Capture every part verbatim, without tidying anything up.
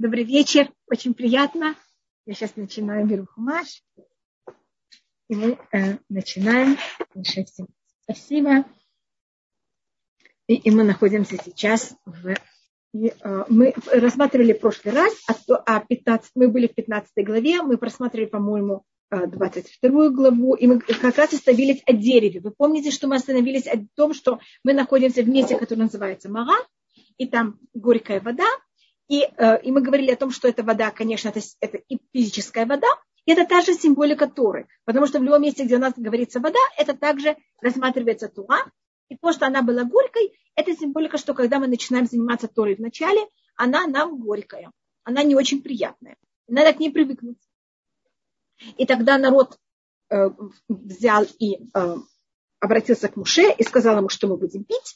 Добрый вечер, очень приятно. Я сейчас начинаю, беру хумаш. И мы э, начинаем. Всем спасибо. И, и мы находимся сейчас в... И, э, мы рассматривали в прошлый раз, а, а пятнадцать, мы были в пятнадцатой главе, мы просматривали, по-моему, двадцать вторую главу, и мы как раз остановились о дереве. Вы помните, что мы остановились о том, что мы находимся в месте, которое называется Мара, и там горькая вода. И, э, и мы говорили о том, что эта вода, конечно, это, это и физическая вода, и это та же символика Торы, потому что в любом месте, где у нас говорится вода, это также рассматривается Тора, и то, что она была горькой, это символика, что когда мы начинаем заниматься Торой вначале, она нам горькая, она не очень приятная, надо к ней привыкнуть. И тогда народ э, взял и э, обратился к Моше и сказал ему, что мы будем пить.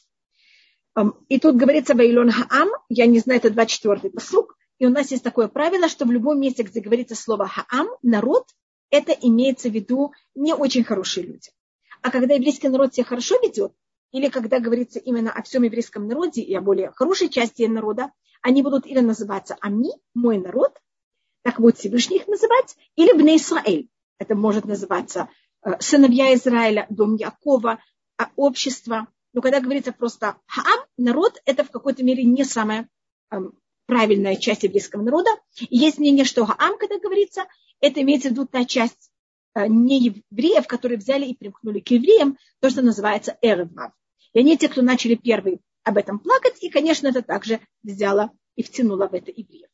И тут говорится «Ваилон хаам», я не знаю, это двадцать четвёртый пасук, и у нас есть такое правило, что в любом месте, где говорится слово «хаам», народ, это имеется в виду не очень хорошие люди. А когда еврейский народ себя хорошо ведет, или когда говорится именно о всем еврейском народе и о более хорошей части народа, они будут или называться «Ами», «мой народ», так будет Всевышний их называть, или «Бней Исраэль». Это может называться э, «Сыновья Израиля», «Дом Якова», «Общество». Но когда говорится просто «хаам», народ, это в какой-то мере не самая э, правильная часть еврейского народа. И есть мнение, что «хаам», когда говорится, это имеется в виду та часть э, не евреев, которые взяли и примкнули к евреям, то, что называется «эрев вав». И они те, кто начали первые об этом плакать, и, конечно, это также взяло и втянуло в это евреев.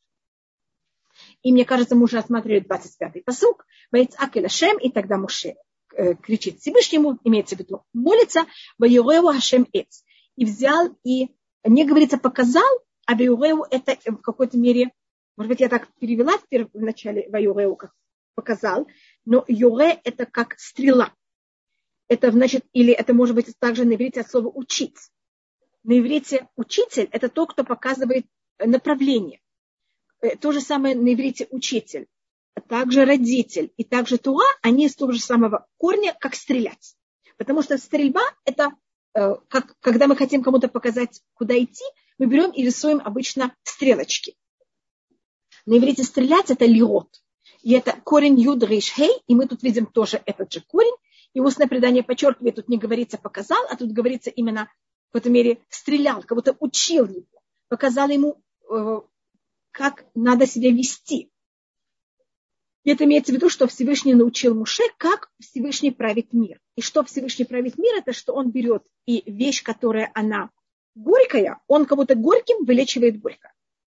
И мне кажется, мы уже рассматривали двадцать пятый пасук, «Ваицак эль Ашем», и тогда Моше кричит Всевышнему, имеется в виду, молится, «Ваюреу Хашем эц». И взял, и не говорится «показал», а «Ваюреу» это в какой-то мере, может быть, я так перевела в начале «Ваюреу», как «показал», но «юре» это как «стрела». Это значит, или это может быть также на иврите от слова «учить». На иврите «учитель» это тот, кто показывает направление. То же самое на иврите «учитель». Также родитель и также туа, они из того же самого корня, как стрелять. Потому что стрельба – это, э, как, когда мы хотим кому-то показать, куда идти, мы берем и рисуем обычно стрелочки. На иврите стрелять – это лиот. И это корень юд рейш хей, и мы тут видим тоже этот же корень. И устное предание подчеркивает, тут не говорится «показал», а тут говорится именно, в какой-то мере, стрелял, как будто учил его, показал ему, э, как надо себя вести. И это имеется в виду, что Всевышний научил Моше, как Всевышний правит мир. И что Всевышний правит мир, это что он берет и вещь, которая она горькая, он как будто горьким вылечивает горько.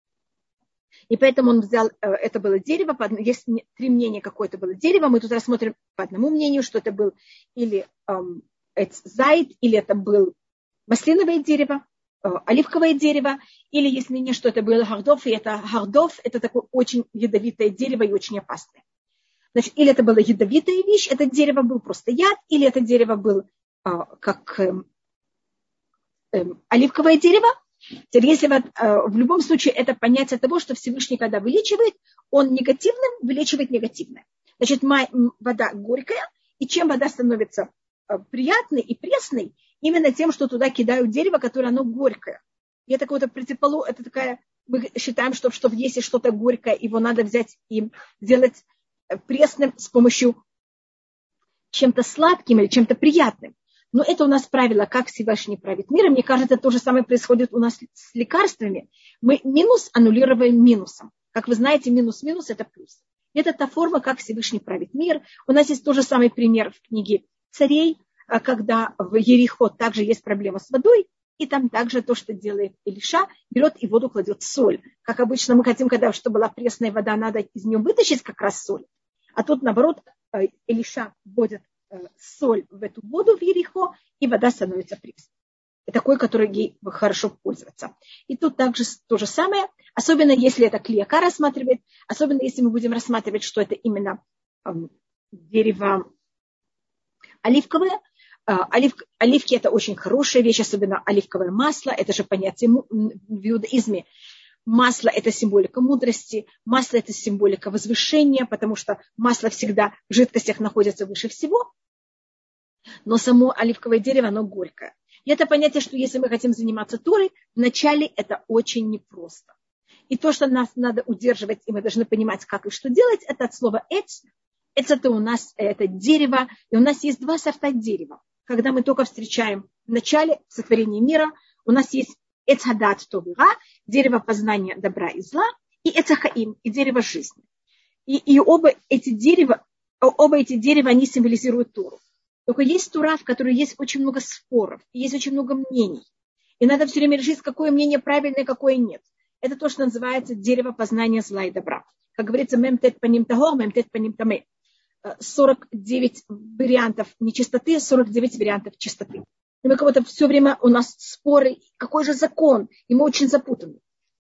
И поэтому он взял, это было дерево, есть три мнения, какое это было дерево. Мы тут рассмотрим по одному мнению, что это был или эм, эцзайд, или это был маслиновое дерево, э, оливковое дерево, или есть мнение, что это было гардов, и это гардов, это такое очень ядовитое дерево и очень опасное. Значит, или это была ядовитая вещь, это дерево был просто яд, или это дерево было э, как э, э, оливковое дерево. Теперь, если вот, э, в любом случае это понятие того, что Всевышний, когда вылечивает, он негативным вылечивает негативное. Значит, май, вода горькая, и чем вода становится э, приятной и пресной, именно тем, что туда кидают дерево, которое оно горькое. И это какое-то противополу, это такая, мы считаем, что, что если что-то горькое, его надо взять и сделать пресным с помощью чем-то сладким или чем-то приятным. Но это у нас правило, как Всевышний правит миром. Мне кажется, то же самое происходит у нас с лекарствами. Мы минус аннулируем минусом. Как вы знаете, минус-минус – это плюс. Это та форма, как Всевышний правит мир. У нас есть тот же самый пример в книге царей, когда в Ерихо также есть проблема с водой, и там также то, что делает Илиша, берет и в воду кладет соль. Как обычно мы хотим, когда чтобы была пресная вода, надо из нее вытащить как раз соль. А тут, наоборот, Илиша вводит соль в эту воду в Ерихо, и вода становится пресной. И такой, который ей хорошо пользоваться. И тут также то же самое, особенно если это клеяка рассматривает, особенно если мы будем рассматривать, что это именно э, дерево оливковое. Э, олив, оливки – это очень хорошая вещь, особенно оливковое масло, это же понятие в иудаизме. Масло – это символика мудрости, масло – это символика возвышения, потому что масло всегда в жидкостях находится выше всего, но само оливковое дерево, оно горькое. И это понятие, что если мы хотим заниматься Торой, вначале это очень непросто. И то, что нас надо удерживать, и мы должны понимать, как и что делать, это от слова «эц». «Эц» это у нас это дерево, и у нас есть два сорта дерева. Когда мы только встречаем в начале сотворения мира, у нас есть «эц хадат тов ва», дерево познания добра и зла, и «эц хаим», и дерево жизни. И, и оба эти дерева, оба эти дерева, они символизируют Тору. Только есть Тора, в которой есть очень много споров, есть очень много мнений. И надо все время решить, какое мнение правильное, какое нет. Это то, что называется дерево познания зла и добра. Как говорится, мем тет паним тагор, мем тет паним таме. сорок девять вариантов нечистоты, сорок девять вариантов чистоты. И мы как-то все время, у нас споры, какой же закон, и мы очень запутаны.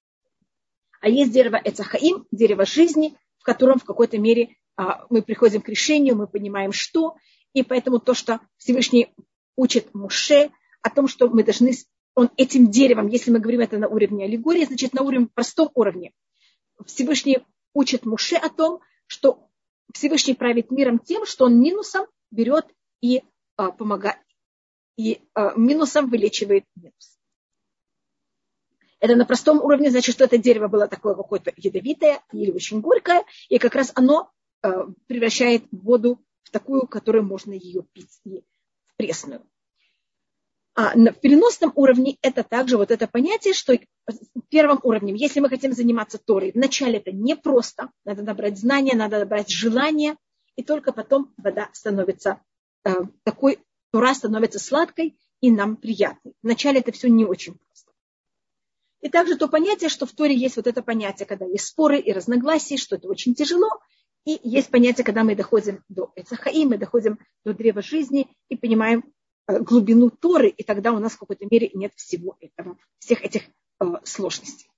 А есть дерево эц хаим, дерево жизни, в котором в какой-то мере а, мы приходим к решению, мы понимаем, что. И поэтому то, что Всевышний учит Моше о том, что мы должны, он этим деревом, если мы говорим это на уровне аллегории, значит на уровне, простом уровне, Всевышний учит Моше о том, что Всевышний правит миром тем, что он минусом берет и а, помогает, и а, минусом вылечивает минус. Это на простом уровне, значит, что это дерево было такое какое-то ядовитое или очень горькое, и как раз оно а, превращает воду в такую, которую можно ее пить, и в пресную. А на переносном уровне это также вот это понятие, что первым уровнем, если мы хотим заниматься Торой, вначале это непросто, надо набрать знания, надо набрать желание, и только потом вода становится э, такой, Тора становится сладкой и нам приятной. Вначале это все не очень просто. И также то понятие, что в Торе есть вот это понятие, когда есть споры и разногласия, что это очень тяжело. И есть понятие, когда мы доходим до эц хаим, мы доходим до древа жизни и понимаем э, глубину Торы, и тогда у нас в какой-то мере нет всего этого, всех этих э, сложностей.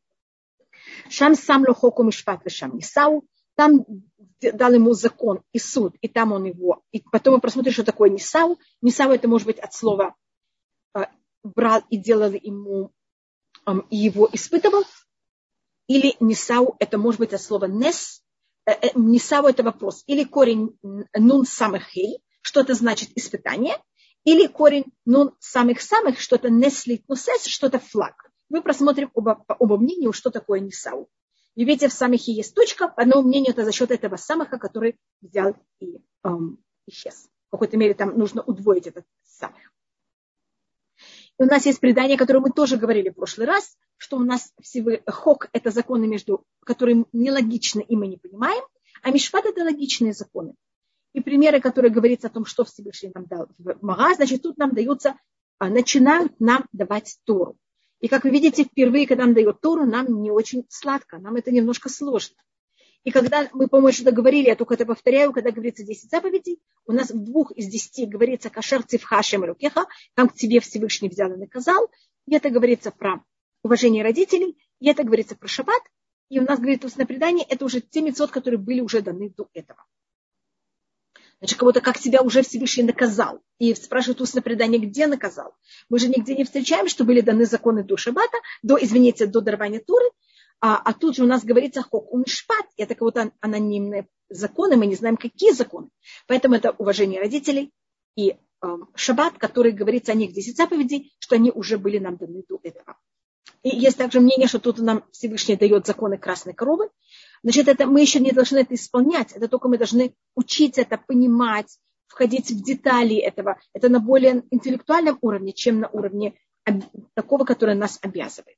Шам сам лохоку мишпат вешам нисау, там дал ему закон и суд, и там он его, и потом мы посмотрим, что такое нисау. Нисау это может быть от слова э, брал и делал ему, э, и его испытывал, или нисау это может быть от слова нес. Нисау это вопрос. Или корень нун самых хей, что это значит испытание, или корень нун самых-самых, что это неслит нусес, что это флаг. Мы просмотрим оба, оба мнения, что такое нисау. И видите, в самихе есть точка, по одному мнению, это за счет этого самаха, который взял и эм, исчез. В какой-то мере там нужно удвоить этот самых. И у нас есть предание, которое мы тоже говорили в прошлый раз, что у нас всего хок – это законы, между, которые нелогичны и мы не понимаем, а мишпат – это логичные законы. И примеры, которые говорятся о том, что Всевышний нам дал в Мага, значит, тут нам даются, начинают нам давать Тору. И как вы видите, впервые, когда нам дают Тору, нам не очень сладко, нам это немножко сложно. И когда мы, по-моему, что-то говорили, я только это повторяю, когда говорится десять заповедей, у нас в двух из десяти говорится «Кашер цивха шем элокеха», там к тебе Всевышний взял и наказал. И это говорится про уважение родителей, и это говорится про шаббат. И у нас говорит устное предание, это уже те мицвот, которые были уже даны до этого. Значит, кого-то как тебя уже Всевышний наказал. И спрашивают устное предание, где наказал. Мы же нигде не встречаем, что были даны законы до шаббата, до, извините, до дарования Торы. А, а тут же у нас говорится хок умишпат. Это какие-то анонимные законы, мы не знаем, какие законы. Поэтому это уважение родителей и э, шаббат, который говорится о них десять заповедей, что они уже были нам даны до этого. И есть также мнение, что тут нам Всевышний дает законы красной коровы. Значит, это, мы еще не должны это исполнять. Это только мы должны учить это, понимать, входить в детали этого. Это на более интеллектуальном уровне, чем на уровне такого, который нас обязывает.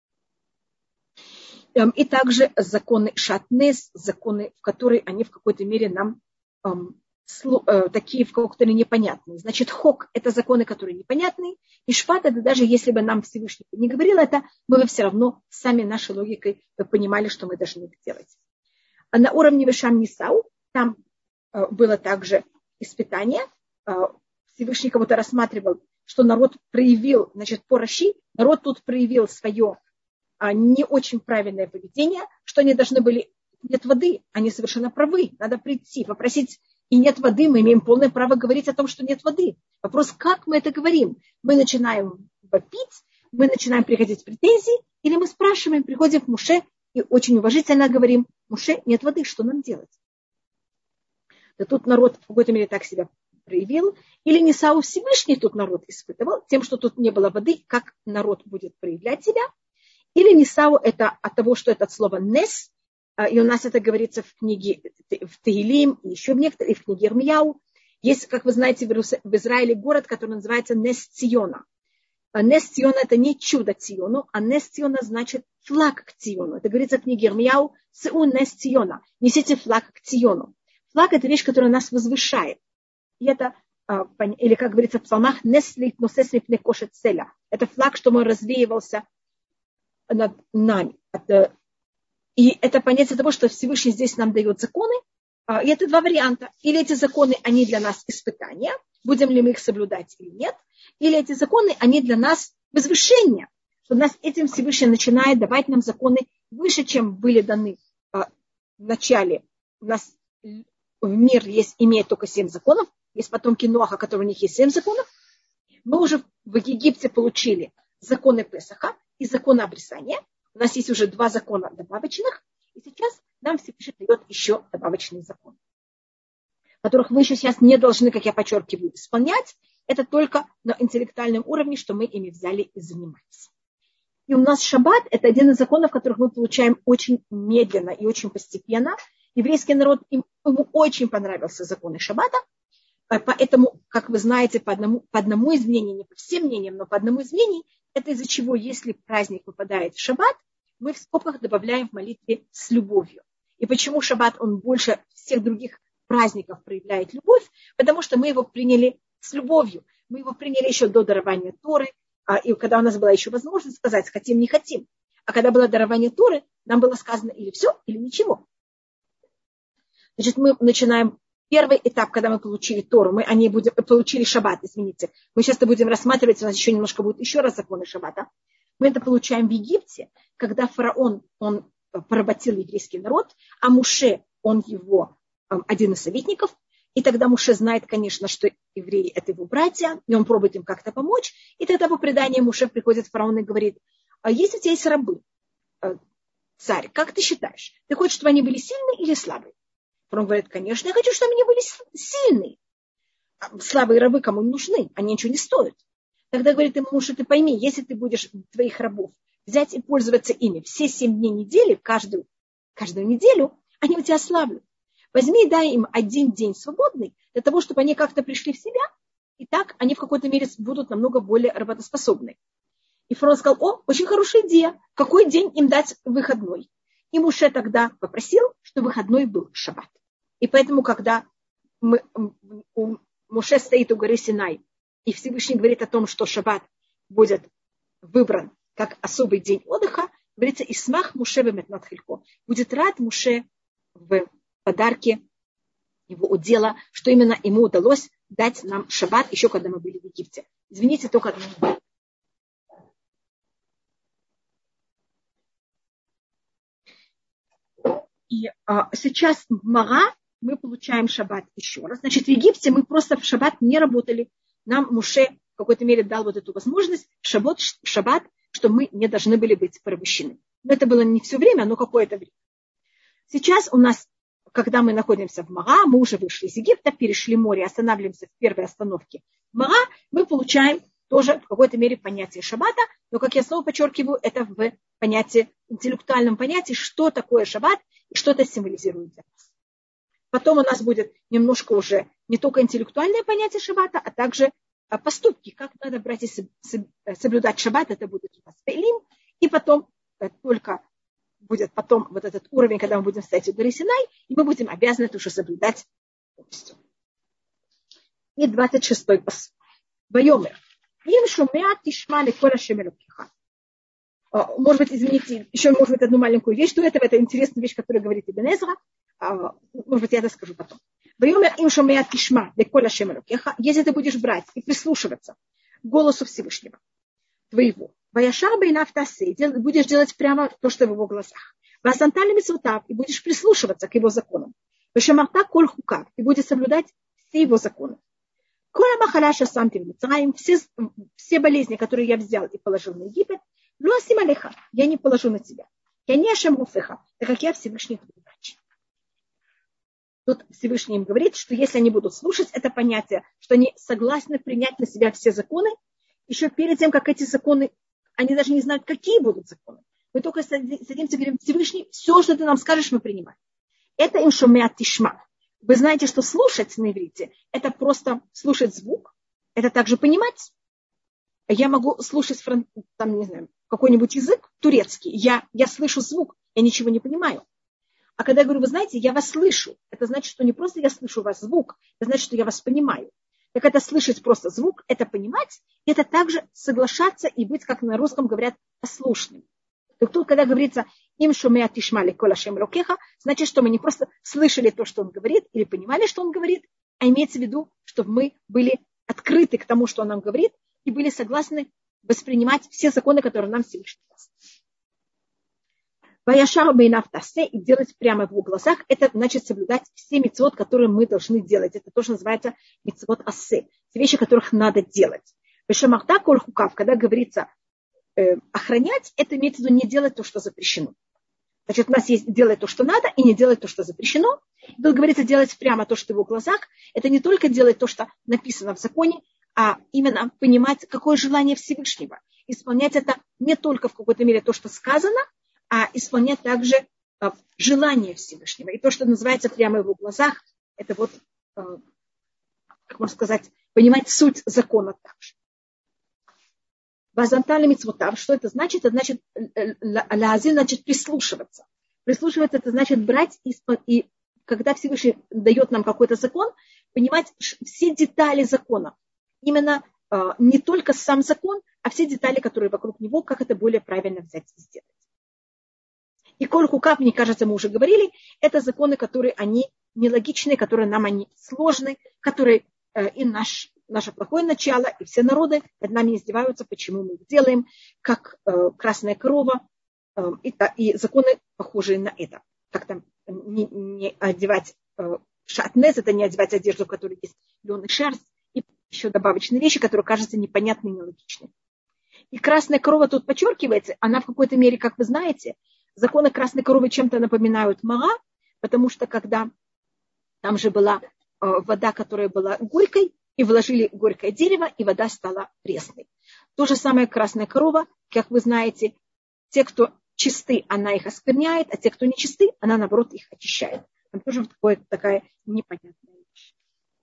И также законы шатнес, законы, в которые они в какой-то мере нам эм, слу, э, такие в какой-то мере непонятные. Значит, хок – это законы, которые непонятные. И шпат – это даже если бы нам Всевышний не говорил это, мы бы все равно сами нашей логикой понимали, что мы должны делать. А на уровне Вешам Нисау там э, было также испытание. Э, Всевышний кого-то рассматривал, что народ проявил, значит, по Раши, народ тут проявил свое не очень правильное поведение, что они должны были, нет воды, они совершенно правы, надо прийти, попросить, и нет воды, мы имеем полное право говорить о том, что нет воды. Вопрос, как мы это говорим? Мы начинаем вопить, мы начинаем приходить в претензии, или мы спрашиваем, приходим к Моше и очень уважительно говорим, Моше, нет воды, что нам делать? Да тут народ в какой-то мере так себя проявил, или Нисау Всевышний тут народ испытывал, тем, что тут не было воды, как народ будет проявлять себя. Или Нисау это от того, что это от слова нес, и у нас это говорится в книге в Тегилим, и еще в некоторых, и в книге Ирмияу. Есть, как вы знаете, в Израиле город, который называется Нес-Циона. Нес-Циона это не чудо Циону, а Нес-Циона значит флаг к Циону. Это говорится в книге Ирмияу, Сеу Нес-Циона, несите флаг к Циону. Флаг это вещь, которая нас возвышает. И это, или как говорится в псалмах, Неслит носеслит не кошет целя. Это флаг, чтобы он развеивался над нами. Это, и это понятие того, что Всевышний здесь нам дает законы. И это два варианта. Или эти законы, они для нас испытания, будем ли мы их соблюдать или нет. Или эти законы, они для нас возвышение. Что нас этим Всевышний начинает давать нам законы выше, чем были даны в начале. У нас в мир есть, имеет только семь законов. Есть потомки Ноаха, которые у них есть семь законов. Мы уже в Египте получили законы Песаха и законы обрезания. У нас есть уже два закона добавочных. И сейчас нам Всевышний дает еще добавочные законы, которых мы еще сейчас не должны, как я подчеркиваю, исполнять. Это только на интеллектуальном уровне, что мы ими взяли и занимаемся. И у нас шаббат – это один из законов, которых мы получаем очень медленно и очень постепенно. Еврейский народ, ему очень понравился законы шаббата. Поэтому, как вы знаете, по одному, по одному из мнений, не по всем мнениям, но по одному из мнений, это из-за чего, если праздник выпадает в шаббат, мы в скобках добавляем в молитве с любовью. И почему шаббат, он больше всех других праздников проявляет любовь? Потому что мы его приняли с любовью. Мы его приняли еще до дарования Торы, и когда у нас была еще возможность сказать, хотим, не хотим. А когда было дарование Торы, нам было сказано или все, или ничего. Значит, мы начинаем первый этап, когда мы получили Тору, мы они будем, получили шаббат, извините. Мы сейчас это будем рассматривать, у нас еще немножко будет еще раз законы шаббата. Мы это получаем в Египте, когда фараон, он поработил еврейский народ, а Муше, он его один из советников. И тогда Муше знает, конечно, что евреи – это его братья, и он пробует им как-то помочь. И тогда по преданию Муше приходит фараон и говорит, а если у тебя есть рабы, царь, как ты считаешь, ты хочешь, чтобы они были сильные или слабые? Фараон говорит, конечно, я хочу, чтобы они были сильные. Слабые рабы кому нужны, они ничего не стоят. Тогда говорит ему Муше, ты пойми, если ты будешь твоих рабов взять и пользоваться ими все семь дней недели, каждую, каждую неделю, они у тебя ослаблют. Возьми и дай им один день свободный, для того, чтобы они как-то пришли в себя, и так они в какой-то мере будут намного более работоспособны. И фараон сказал, о, очень хорошая идея, какой день им дать выходной? И Муше тогда попросил, чтобы выходной был шаббат. И поэтому, когда мы, у Муше стоит у горы Синай, и Всевышний говорит о том, что шаббат будет выбран как особый день отдыха, говорится, «Исмах Муше бемитнат хилько». Будет рад Муше в подарке его удела, что именно ему удалось дать нам шаббат, еще когда мы были в Египте. Извините, только одну минуту. И а, сейчас в Мара мы получаем шаббат еще раз. Значит, в Египте мы просто в шаббат не работали. Нам Муше в какой-то мере дал вот эту возможность в шаббат, в шаббат, что мы не должны были быть порабощены. Но это было не все время, но какое-то время. Сейчас у нас, когда мы находимся в Мара, мы уже вышли из Египта, перешли море, останавливаемся в первой остановке Мара, мы получаем тоже в какой-то мере понятие шаббата, но, как я снова подчеркиваю, это в понятии, интеллектуальном понятии, что такое шаббат и что это символизирует для нас. Потом у нас будет немножко уже не только интеллектуальное понятие шаббата, а также поступки, как надо брать и соблюдать шаббат, это будет у нас Пейлим, и потом только будет потом вот этот уровень, когда мы будем стоять у горы Синай, и мы будем обязаны это уже соблюдать полностью. И двадцать шестой посуд. Вайомер. Им шумя тишма лекола шемелукиха. Может быть, извините, еще, может быть, одну маленькую вещь. До этого это интересная вещь, которую говорит Ибн Эзра. Может быть, я это скажу потом. Вайомер им шумя тишма лекола шемелукиха. Если ты будешь брать и прислушиваться к голосу Всевышнего твоего, Ваяшар бейнав тасе, будешь делать прямо то, что в его глазах. Васантали мицвотав, и будешь прислушиваться к его законам. Вешамарта коль хукав, и будешь соблюдать все его законы. Коля махаляша сам ты в Мицраим, все, все болезни, которые я взял и положил на Египет, луасим алеха, я не положу на тебя. Я не ашем руфеха, так как я Всевышний твой врач. Тут Всевышний им говорит, что если они будут слушать это понятие, что они согласны принять на себя все законы, еще перед тем, как эти законы, они даже не знают, какие будут законы. Мы только садимся и говорим: Всевышний, все, что ты нам скажешь, мы принимаем. Это им шумят тишма. Вы знаете, что слушать на иврите – это просто слушать звук, это также понимать. Я могу слушать там, не знаю, какой-нибудь язык турецкий, я, я слышу звук, я ничего не понимаю. А когда я говорю: вы знаете, я вас слышу, это значит, что не просто я слышу вас звук, это значит, что я вас понимаю. Так это слышать просто звук, это понимать, это также соглашаться и быть, как на русском говорят, послушным. Так тут, когда говорится «им шумея тишмали кола шем локеха», значит, что мы не просто слышали то, что он говорит, или понимали, что он говорит, а имеется в виду, чтобы мы были открыты к тому, что он нам говорит, и были согласны воспринимать все законы, которые нам Всевышний даст. Ваяшар бейнав тасе, и делать прямо в его глазах, это значит соблюдать все мицвот, которые мы должны делать. Это тоже называется мицвот асе, те вещи, которых надо делать. Вешамахта коль хукав, когда говорится э, охранять, это имеется в виду не делать то, что запрещено. Значит, у нас есть делать то, что надо, и не делать то, что запрещено. И тут говорится делать прямо то, что в его глазах. Это не только делать то, что написано в законе, а именно понимать, какое желание Всевышнего. Исполнять это не только в какой-то мере то, что сказано, а исполнять также э, желание Всевышнего. И то, что называется прямо в его глазах, это вот, э, как можно сказать, понимать суть закона также. Базантали мицвотав, что это значит? Это значит, лаазин, значит прислушиваться. Прислушиваться, это значит брать, и, и когда Всевышний дает нам какой-то закон, понимать все детали закона. Именно э, не только сам закон, а все детали, которые вокруг него, как это более правильно взять и сделать. И коль хукав, мне кажется, мы уже говорили, это законы, которые они нелогичные, которые нам они сложны, которые э, и наш, наше плохое начало, и все народы над нами издеваются, почему мы их делаем, как э, красная корова, э, и, и законы, похожие на это. Как там не, не одевать э, шатнез, это не одевать одежду, в которой есть лен и шерсть, и еще добавочные вещи, которые кажутся непонятными и нелогичными. И красная корова тут подчеркивается, она в какой-то мере, как вы знаете, законы красной коровы чем-то напоминают мара, потому что когда там же была э, вода, которая была горькой, и вложили горькое дерево, и вода стала пресной. То же самое красная корова, как вы знаете, те, кто чисты, она их оскверняет, а те, кто не чисты, она, наоборот, их очищает. Там тоже такое, такая непонятная вещь.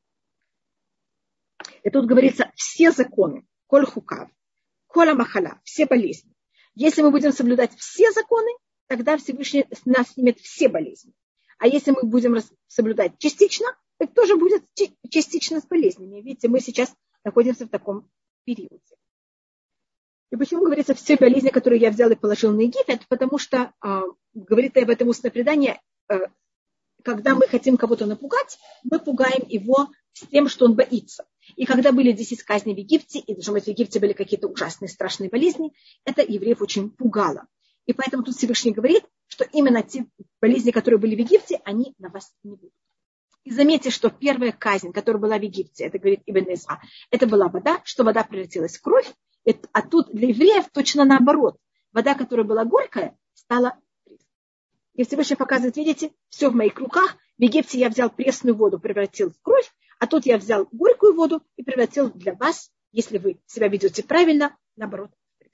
И тут говорится, все законы, коль хукав, кола махала, все болезни. Если мы будем соблюдать все законы, тогда Всевышний с нас снимет все болезни. А если мы будем соблюдать частично, это тоже будет частично с болезнями. Видите, мы сейчас находимся в таком периоде. И почему говорится все болезни, которые я взял и положил на Египет? Потому что, э, говорит об этом устное предание, э, когда мы хотим кого-то напугать, мы пугаем его с тем, что он боится. И когда были десять казней в Египте, и даже в Египте были какие-то ужасные, страшные болезни, это евреев очень пугало. И поэтому тут Всевышний говорит, что именно те болезни, которые были в Египте, они на вас не будут. И заметьте, что первая казнь, которая была в Египте, это говорит Ибн Эзра, это была вода, что вода превратилась в кровь, а тут для евреев точно наоборот. Вода, которая была горькая, стала пресной. И Всевышний показывает, видите, все в моих руках. В Египте я взял пресную воду, превратил в кровь, а тут я взял горькую воду и превратил для вас, если вы себя ведете правильно, наоборот.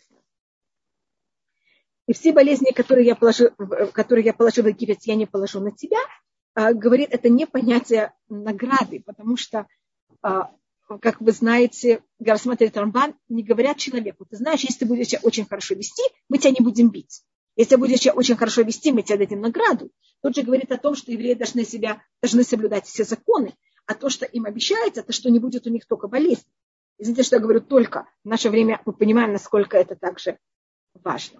И все болезни, которые я положил, которые я положил в Египет, я не положу на тебя, говорит, это не понятие награды, потому что, как вы знаете, рассматривает Рамбан, не говорят человеку, ты знаешь, если ты будешь себя очень хорошо вести, мы тебя не будем бить. Если ты будешь себя очень хорошо вести, мы тебе дадим награду. Тут же говорит о том, что евреи должны, себя, должны соблюдать все законы, а то, что им обещается, это что не будет у них только болезнь. Извините, что я говорю только. В наше время мы понимаем, насколько это также важно.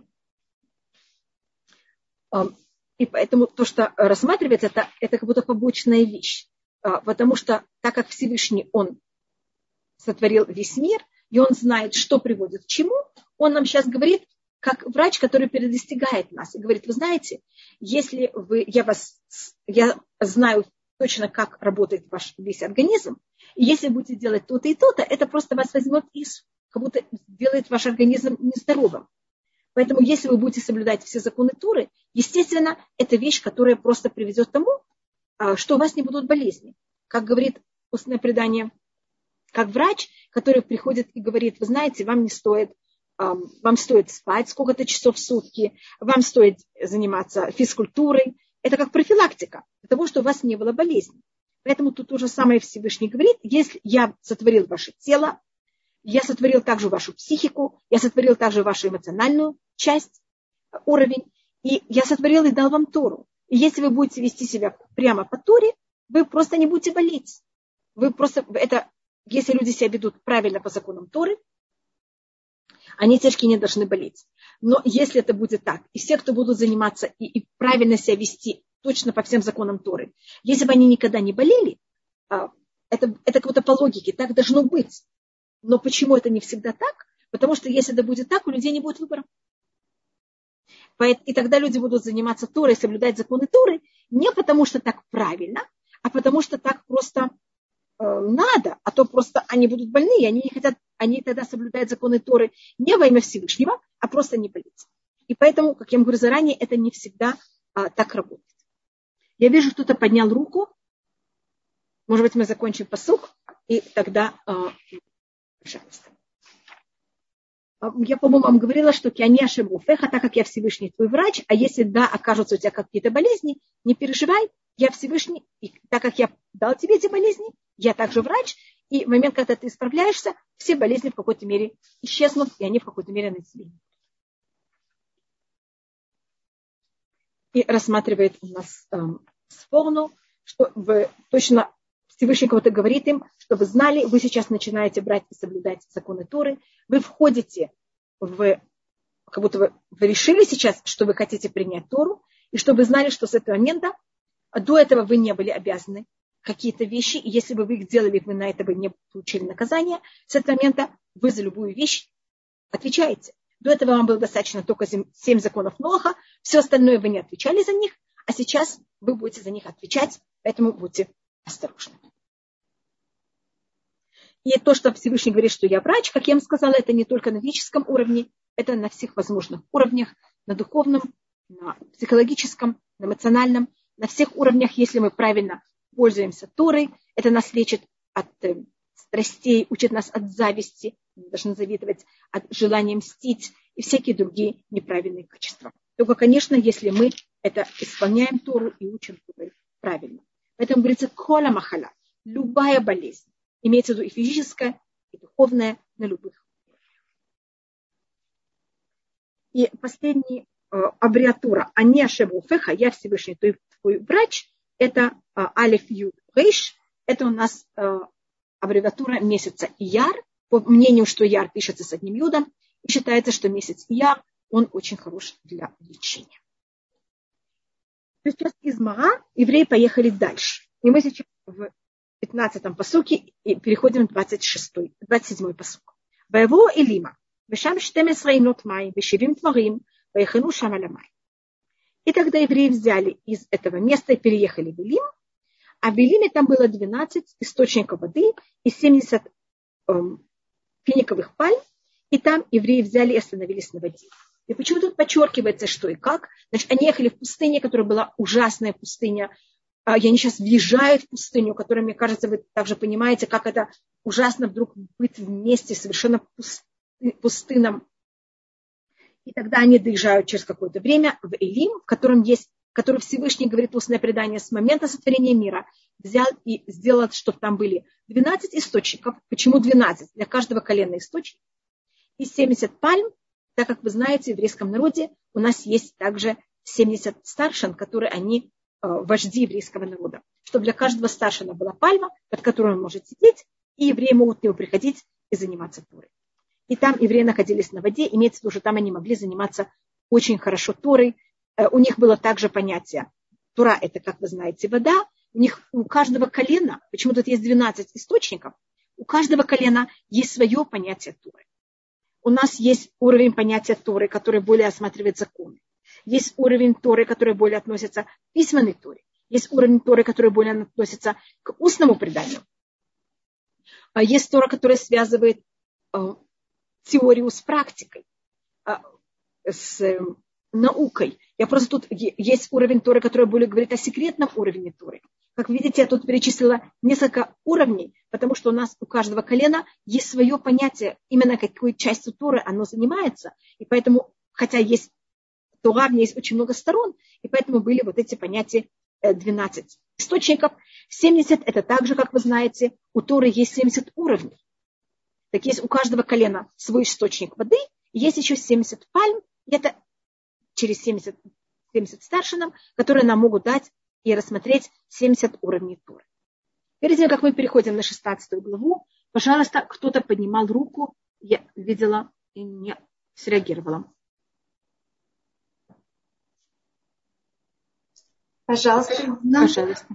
И поэтому то, что рассматривается, это, это как будто побочная вещь. Потому что так как Всевышний, Он сотворил весь мир, и Он знает, что приводит к чему, Он нам сейчас говорит, как врач, который предостерегает нас. И говорит, вы знаете, если вы, я, вас, я знаю точно, как работает ваш весь организм, и если будете делать то-то и то-то, это просто вас возьмет и как будто делает ваш организм нездоровым. Поэтому, если вы будете соблюдать все законы Торы, естественно, это вещь, которая просто приведет к тому, что у вас не будут болезни. Как говорит устное предание, как врач, который приходит и говорит, вы знаете, вам не стоит вам стоит спать сколько-то часов в сутки, вам стоит заниматься физкультурой. Это как профилактика для того, чтобы у вас не было болезни. Поэтому тут то же самое Всевышний говорит, если я сотворил ваше тело, я сотворил также вашу психику, я сотворил также вашу эмоциональную часть, уровень, и я сотворил и дал вам Тору. И если вы будете вести себя прямо по Торе, вы просто не будете болеть. Вы просто, это, если люди себя ведут правильно по законам Торы, они тяжкие не должны болеть. Но если это будет так, и все, кто будут заниматься и, и правильно себя вести точно по всем законам Торы, если бы они никогда не болели, это, это как будто по логике, так должно быть. Но почему это не всегда так? Потому что если это будет так, у людей не будет выбора. И тогда люди будут заниматься Торой, соблюдать законы Торы, не потому что так правильно, а потому что так просто э, надо, а то просто они будут больны, и они не хотят, они тогда соблюдают законы Торы не во имя Всевышнего, а просто не болеть. И поэтому, как я вам говорю заранее, это не всегда э, так работает. Я вижу, кто-то поднял руку. Может быть, мы закончим пасук, и тогда, э, пожалуйста. Я, по-моему, вам говорила, что киани ашем руфеха, так как я Всевышний твой врач, а если да, окажутся у тебя какие-то болезни, не переживай, я Всевышний, и так как я дал тебе эти болезни, я также врач, и в момент, когда ты исправляешься, все болезни в какой-то мере исчезнут, и они в какой-то мере на тебе. И рассматривает у нас эм, сфорну, что в, точно Всевышний кого-то говорит им, чтобы знали, вы сейчас начинаете брать и соблюдать законы Торы, вы входите в, как будто вы, вы решили сейчас, что вы хотите принять Тору, и чтобы вы знали, что с этого момента, до этого вы не были обязаны какие-то вещи, и если бы вы их делали, вы на это бы не получили наказание, с этого момента вы за любую вещь отвечаете. До этого вам было достаточно только семь законов Ноаха, все остальное вы не отвечали за них, а сейчас вы будете за них отвечать, поэтому будьте осторожны. И то, что Всевышний говорит, что я врач, как я вам сказала, это не только на физическом уровне, это на всех возможных уровнях, на духовном, на психологическом, на эмоциональном, на всех уровнях, если мы правильно пользуемся Торой, это нас лечит от э, страстей, учит нас от зависти, мы должны завидовать, от желания мстить и всякие другие неправильные качества. Только, конечно, если мы это исполняем Тору и учим Тору правильно. Поэтому говорится кола махала, любая болезнь. Имеется в виду и физическое, и духовное, на любых уровнях. И последняя э, аббревиатура «Ани ашем руфеха», «Я Всевышний твой, твой врач», это э, алеф юд рейш, это у нас э, аббревиатура месяца Ияр. По мнению, что Ияр пишется с одним юдом, и считается, что месяц Ияр, он очень хорош для лечения. То есть сейчас из Маа евреи поехали дальше. И мы сейчас в пятнадцатом пасуке и переходим в двадцать шестой, двадцать седьмой пасук. Ваево Элима, вешам штемесра инот май, вешевим тварим, ваехану шам аламай. И тогда евреи взяли из этого места и переехали в Элим, а в Элиме там было двенадцать источников воды и семьдесят эм, финиковых пальм, и там евреи взяли и остановились на воде. И почему тут подчеркивается, что и как? Значит, они ехали в пустыне, которая была ужасная пустыня. И они сейчас въезжают в пустыню, которая, мне кажется, вы также понимаете, как это ужасно вдруг быть вместе совершенно пустынном. И тогда они доезжают через какое-то время в Элим, в котором есть, который Всевышний, говорит устное предание, с момента сотворения мира взял и сделал, чтобы там были двенадцать источников. Почему двенадцать? Для каждого колена источник. И семьдесят пальм, так как вы знаете, в еврейском народе у нас есть также семьдесят старшин, которые они вожди еврейского народа, чтобы для каждого старшина была пальма, под которой он может сидеть, и евреи могут к нему приходить и заниматься Торой. И там евреи находились на воде, имеется в виду, что там они могли заниматься очень хорошо Торой. У них было также понятие, Тора это, как вы знаете, вода, у них у каждого колена, почему тут есть двенадцать источников, у каждого колена есть свое понятие Торы. У нас есть уровень понятия Торы, который более осматривает законы. Есть уровень Торы, который более относится к письменной Торе. Есть уровень Торы, который более относится к устному преданию. Есть Тора, которая связывает э, теорию с практикой, э, с э, наукой. Я просто тут есть уровень Торы, который более говорит о секретном уровне Торы. Как видите, я тут перечислила несколько уровней, потому что у нас у каждого колена есть свое понятие, именно какой частью Торы оно занимается. И поэтому, хотя есть Тора, в ней есть очень много сторон, и поэтому были вот эти понятия двенадцать источников. семьдесят это так же, как вы знаете, у Торы есть семьдесят уровней. Так есть у каждого колена свой источник воды, и есть еще семьдесят пальм, и это через семьдесят, семьдесят старшинам, которые нам могут дать и рассмотреть семьдесят уровней Торы. Перед тем, как мы переходим на шестнадцатую главу, пожалуйста, кто-то поднимал руку, я видела и не среагировала. Пожалуйста. Пожалуйста.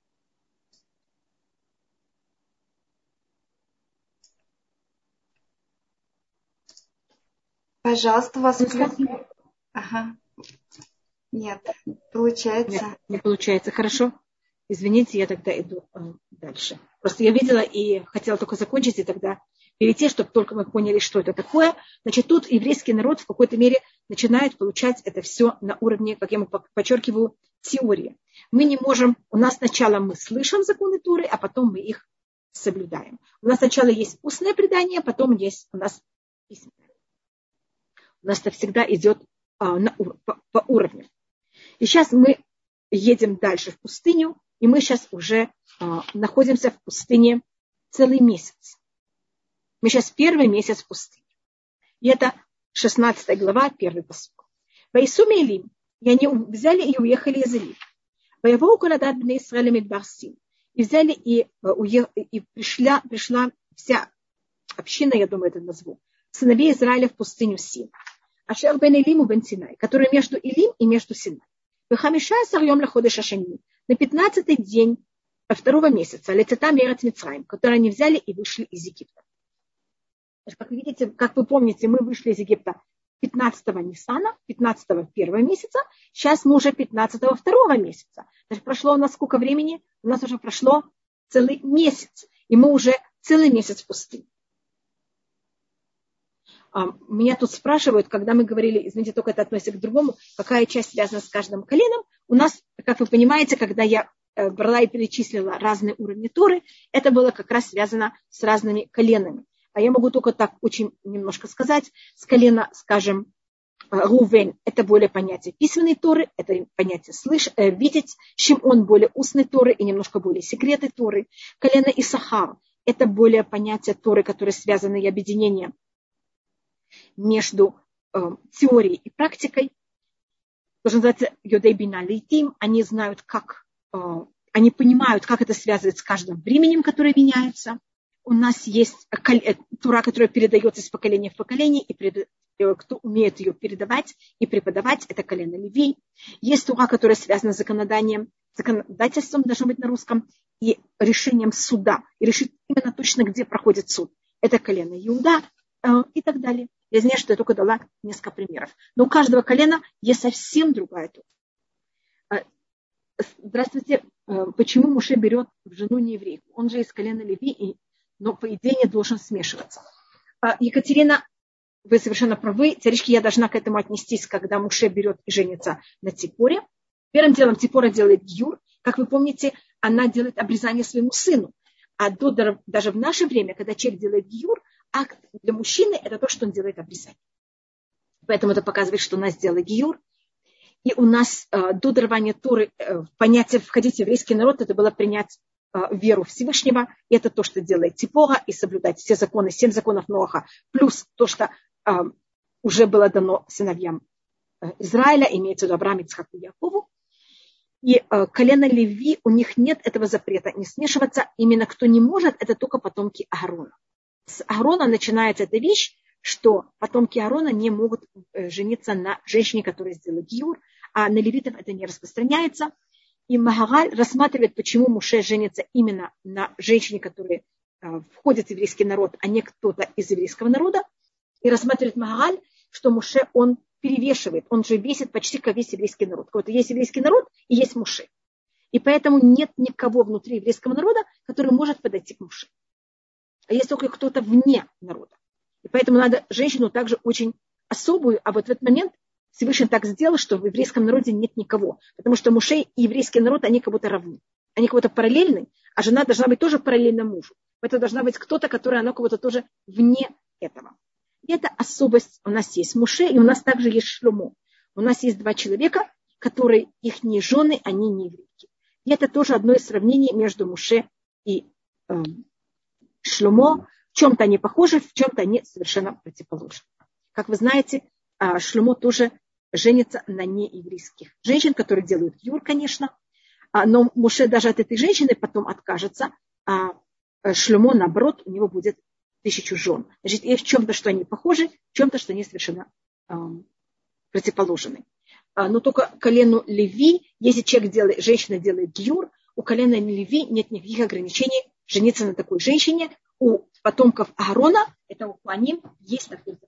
Пожалуйста, вас включили. Ага. Нет, получается. Нет, не получается. Хорошо. Извините, я тогда иду э, дальше. Просто я видела и хотела только закончить, и тогда перейти, чтобы только мы поняли, что это такое. Значит, тут еврейский народ в какой-то мере начинает получать это все на уровне, как я ему подчеркиваю, теории. Мы не можем, у нас сначала мы слышим законы Торы, а потом мы их соблюдаем. У нас сначала есть устное предание, а потом есть у нас письменное. У нас это всегда идет а, на, по, по уровню. И сейчас мы едем дальше в пустыню, и мы сейчас уже а, находимся в пустыне целый месяц. Мы сейчас первый месяц в пустыне. И это шестнадцатая глава, первый пасук. Ваисуми Элим, и они взяли и уехали из Элим. Воевоу коладат бней Исраэль мидбар Син. И взяли и, и пришла, пришла вся община, я думаю, это назову, сыновей Израиля в пустыню Син. Ашер бен Элим и бен Синай, который между Элим и между Синай. Вехамиша сарьем лаходеш ашани. На пятнадцатый день второго месяца, лецата мерец Мицраим, который они взяли и вышли из Египта. Как вы видите, как вы помните, мы вышли из Египта пятнадцатого Ниссана, пятнадцатого первого месяца, сейчас мы уже пятнадцатого второго месяца. Значит, прошло у нас сколько времени? У нас уже прошло целый месяц, и мы уже целый месяц в пустыне. Меня тут спрашивают, когда мы говорили, извините, только это относится к другому, какая часть связана с каждым коленом. У нас, как вы понимаете, когда я брала и перечислила разные уровни Торы, это было как раз связано с разными коленами. А я могу только так очень немножко сказать. С колена, скажем, Рувен, это более понятие письменной Торы, это понятие слыш, э, видеть. Шимон более устной Торы и немножко более секреты Торы. Колено Исахар, это более понятие Торы, которые связаны и объединением между э, теорией и практикой. То, что называется Йодей бина лейтим, они знают, как, э, они понимают, как это связывается с каждым временем, которое меняется. У нас есть Тора, которая передается из поколения в поколение, и перед, кто умеет ее передавать и преподавать, это колено Леви. Есть Тора, которая связана с законоданием, законодательством, должно быть на русском, и решением суда. И решить именно точно, где проходит суд. Это колено Иуда э, и так далее. Я знаю, что я только дала несколько примеров. Но у каждого колена есть совсем другая Тора. Здравствуйте. Почему Моше берет в жену нееврейку? Он же из колена Леви, и но по идее не должен смешиваться. Екатерина, вы совершенно правы. Теоретически я должна к этому отнестись, когда Моше берет и женится на Ципоре. Первым делом Ципора делает гиюр. Как вы помните, она делает обрезание своему сыну. А до, даже в наше время, когда человек делает гиюр, акт для мужчины – это то, что он делает обрезание. Поэтому это показывает, что она сделала гиюр. И у нас э, до дарования Торы э, понятие «входить в еврейский народ» – это было принять веру Всевышнего, и это то, что делает Ципора, и соблюдать все законы, семь законов Ноаха, плюс то, что э, уже было дано сыновьям э, Израиля, имеется в виду Аврааму, Ицхаку и Якову. И э, колено Леви, у них нет этого запрета не смешиваться. Именно кто не может, это только потомки Аарона. С Аарона начинается эта вещь, что потомки Аарона не могут э, жениться на женщине, которая сделала гиюр, а на левитов это не распространяется. И Магараль рассматривает, почему Моше женится именно на женщине, которая э, входит в еврейский народ, а не кто-то из еврейского народа. И рассматривает Магараль, что Моше, он перевешивает, он же весит почти как весь еврейский народ. Вот есть еврейский народ и есть Моше. И поэтому нет никого внутри еврейского народа, который может подойти к Моше. А есть только кто-то вне народа. И поэтому надо женщину также очень особую, а вот в этот момент Всевышний так сделал, что в еврейском народе нет никого. Потому что Моше и еврейский народ, они как будто равны. Они как будто параллельны, а жена должна быть тоже параллельна мужу. Это должна быть кто-то, который, она как будто тоже вне этого. И это особость у нас есть Моше, и у нас также есть Шломо. У нас есть два человека, которые, их не жены, они не еврейки. И это тоже одно из сравнений между Моше и э, Шломо. В чем-то они похожи, в чем-то они совершенно противоположны. Как вы знаете, Шломо тоже женится на нееврейских женщин, которые делают гиур, конечно. Но Моше даже от этой женщины потом откажется, а Шломо, наоборот, у него будет тысячу жен. Значит, есть в чем-то, что они похожи, в чем-то, что они совершенно э, противоположны. Но только колену Леви, если человек делает, женщина делает гиур, у колена Леви нет никаких ограничений жениться на такой женщине. У потомков Аарона, это у Куаним, есть такой.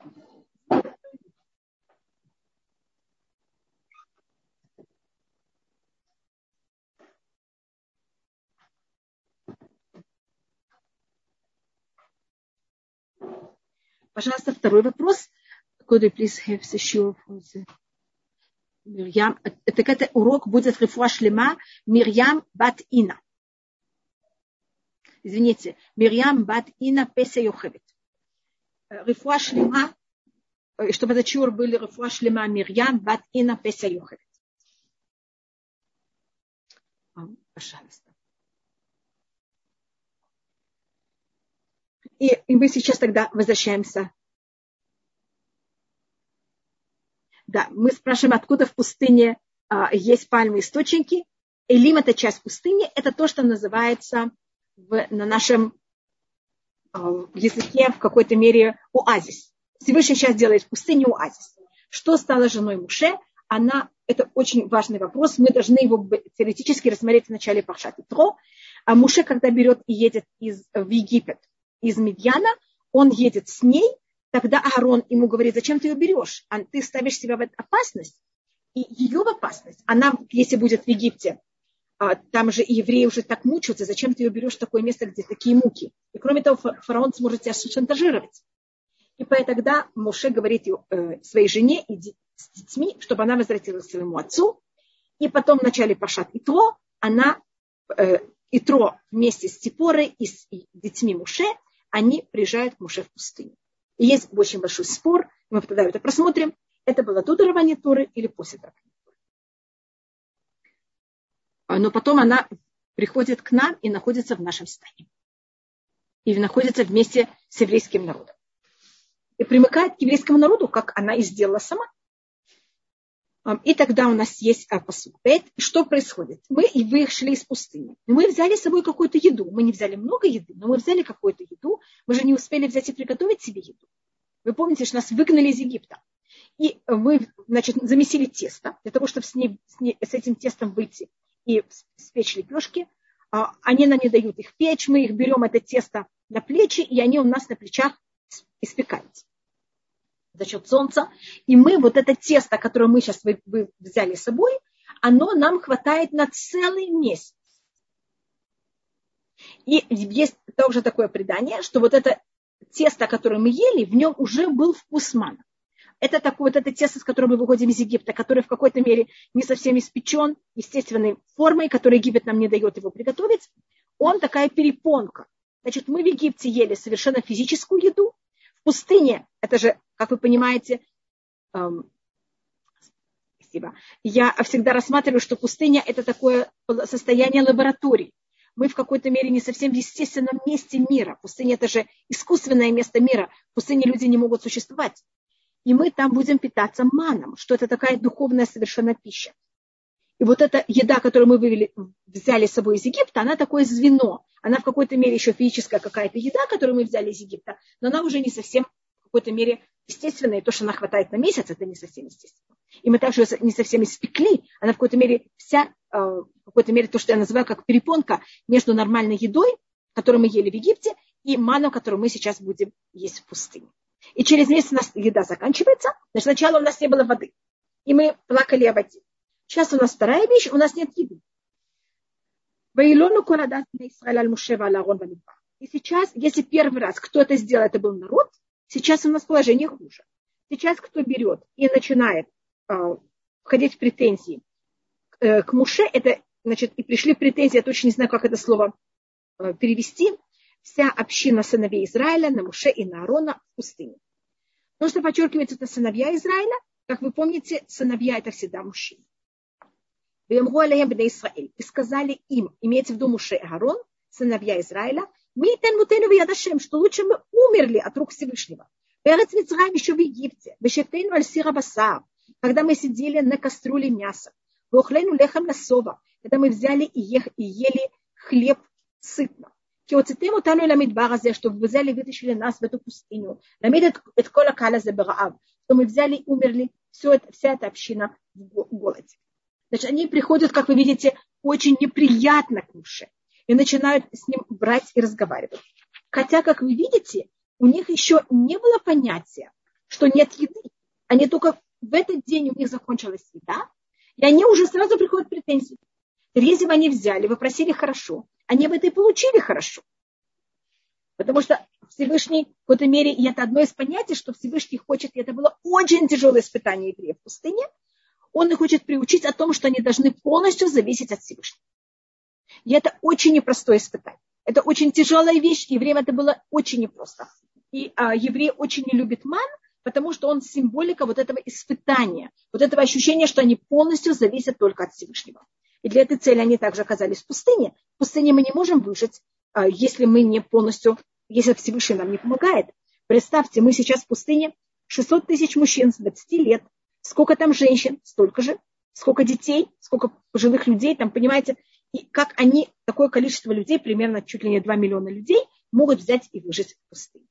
Пожалуйста, второй вопрос. Could you please have the show for the Мирьям? Так это урок будет рефуа шлема Мирьям бат Ина. Извините, Мирьям бат Ина песа Йохевет. Рефуа шлема, чтобы этот шиур был рефуа шлема Мирьям бат Ина песа Йохевет. Пожалуйста. И, и мы сейчас тогда возвращаемся. Да, мы спрашиваем, откуда в пустыне а, есть пальмы источники. Элим – это часть пустыни. Это то, что называется в, на нашем а, языке в какой-то мере оазис. Всевышний сейчас делает в пустыне оазис. Что стало женой Моше? Она, это очень важный вопрос. Мы должны его теоретически рассмотреть в начале Паршат Итро. А Моше, когда берет и едет из, в Египет из Мидьяна, он едет с ней. Тогда Аарон ему говорит, зачем ты ее берешь? Ты ставишь себя в опасность. И ее в опасность. Она, если будет в Египте, там же и евреи уже так мучаются, зачем ты ее берешь в такое место, где такие муки? И кроме того, фараон сможет тебя шантажировать. И поэтому тогда Моше говорит своей жене, иди с детьми, чтобы она возвратилась к своему отцу. И потом в начале Паршат Итро, она, Итро вместе с Ципорой и с детьми Моше, они приезжают к Моше в пустыню. И есть очень большой спор, мы тогда это просмотрим, это было до дарования Торы или после дарования Торы. Но потом она приходит к нам и находится в нашем стане. И находится вместе с еврейским народом. И примыкает к еврейскому народу, как она и сделала сама. И тогда у нас есть пасук. Что происходит? Мы и вышли из пустыни. Мы взяли с собой какую-то еду. Мы не взяли много еды, но мы взяли какую-то еду. Мы же не успели взять и приготовить себе еду. Вы помните, что нас выгнали из Египта. И мы, значит, замесили тесто, для того, чтобы с, ней, с, ней, с этим тестом выйти и спечь лепешки. Они нам не дают их печь. Мы их берем, это тесто, на плечи, и они у нас на плечах испекаются за счет солнца. И мы, вот это тесто, которое мы сейчас вы, вы взяли с собой, оно нам хватает на целый месяц. И есть также такое предание, что вот это тесто, которое мы ели, в нем уже был вкус мана. Это такое вот это тесто, с которым мы выходим из Египта, которое в какой-то мере не совсем испечен естественной формой, которую Египет нам не дает его приготовить. Он такая перепонка. Значит, мы в Египте ели совершенно физическую еду. В пустыне, это же, как вы понимаете, эм, спасибо, я всегда рассматриваю, что пустыня – это такое состояние лаборатории. Мы в какой-то мере не совсем в естественном месте мира. Пустыня – это же искусственное место мира. В пустыне люди не могут существовать. И мы там будем питаться маном, что это такая духовная совершенно пища. И вот эта еда, которую мы вывели, взяли с собой из Египта, она такое звено. Она в какой-то мере еще физическая какая-то еда, которую мы взяли из Египта, но она уже не совсем в какой-то мере естественная. И то, что она хватает на месяц, это не совсем естественно. И мы также не совсем испекли. Она в какой-то мере вся, в какой-то мере то, что я называю как перепонка между нормальной едой, которую мы ели в Египте, и маном, которую мы сейчас будем есть в пустыне. И через месяц у нас еда заканчивается. Значит, сначала у нас не было воды. И мы плакали о воде. Сейчас у нас вторая вещь, у нас нет еды. И сейчас, если первый раз кто это сделал, это был народ, сейчас у нас положение хуже. Сейчас кто берет и начинает э, входить в претензии э, к Моше, это, значит, и пришли претензии, я точно не знаю, как это слово э, перевести, вся община сыновей Израиля на Моше и на Аарона в пустыне. То, что подчеркивается, это сыновья Израиля, как вы помните, сыновья это всегда мужчины. И сказали им, имеется в виду Моше и Аарон, сыновья Израиля, мы что лучше мы умерли от рук Всевышнего. Перец Мицраим еще в Египте, когда мы сидели на кастрюле мяса, когда мы взяли и ели хлеб сытно. Чтобы вы взяли и вытащили нас в эту пустыню. Что мы взяли и умерли, все это, вся эта община в голоде. Значит, они приходят, как вы видите, очень неприятно к Моше и начинают с ним брать и разговаривать. Хотя, как вы видите, у них еще не было понятия, что нет еды. Они только в этот день у них закончилась еда, и они уже сразу приходят в претензии. Если бы они взяли, вы просили хорошо, они бы это и получили хорошо. Потому что Всевышний, в какой-то мере, и это одно из понятий, что Всевышний хочет, и это было очень тяжелое испытание евреев в пустыне, он их хочет приучить о том, что они должны полностью зависеть от Всевышнего. И это очень непростое испытание. Это очень тяжелая вещь, и евреям это было очень непросто. И а, еврей очень не любит ман, потому что он символика вот этого испытания, вот этого ощущения, что они полностью зависят только от Всевышнего. И для этой цели они также оказались в пустыне. В пустыне мы не можем выжить, а, если мы не полностью, если Всевышний нам не помогает. Представьте, мы сейчас в пустыне, шестьсот тысяч мужчин с двадцати лет, сколько там женщин, столько же, сколько детей, сколько пожилых людей, там, понимаете, и как они, такое количество людей, примерно чуть ли не два миллиона людей, могут взять и выжить в пустыне.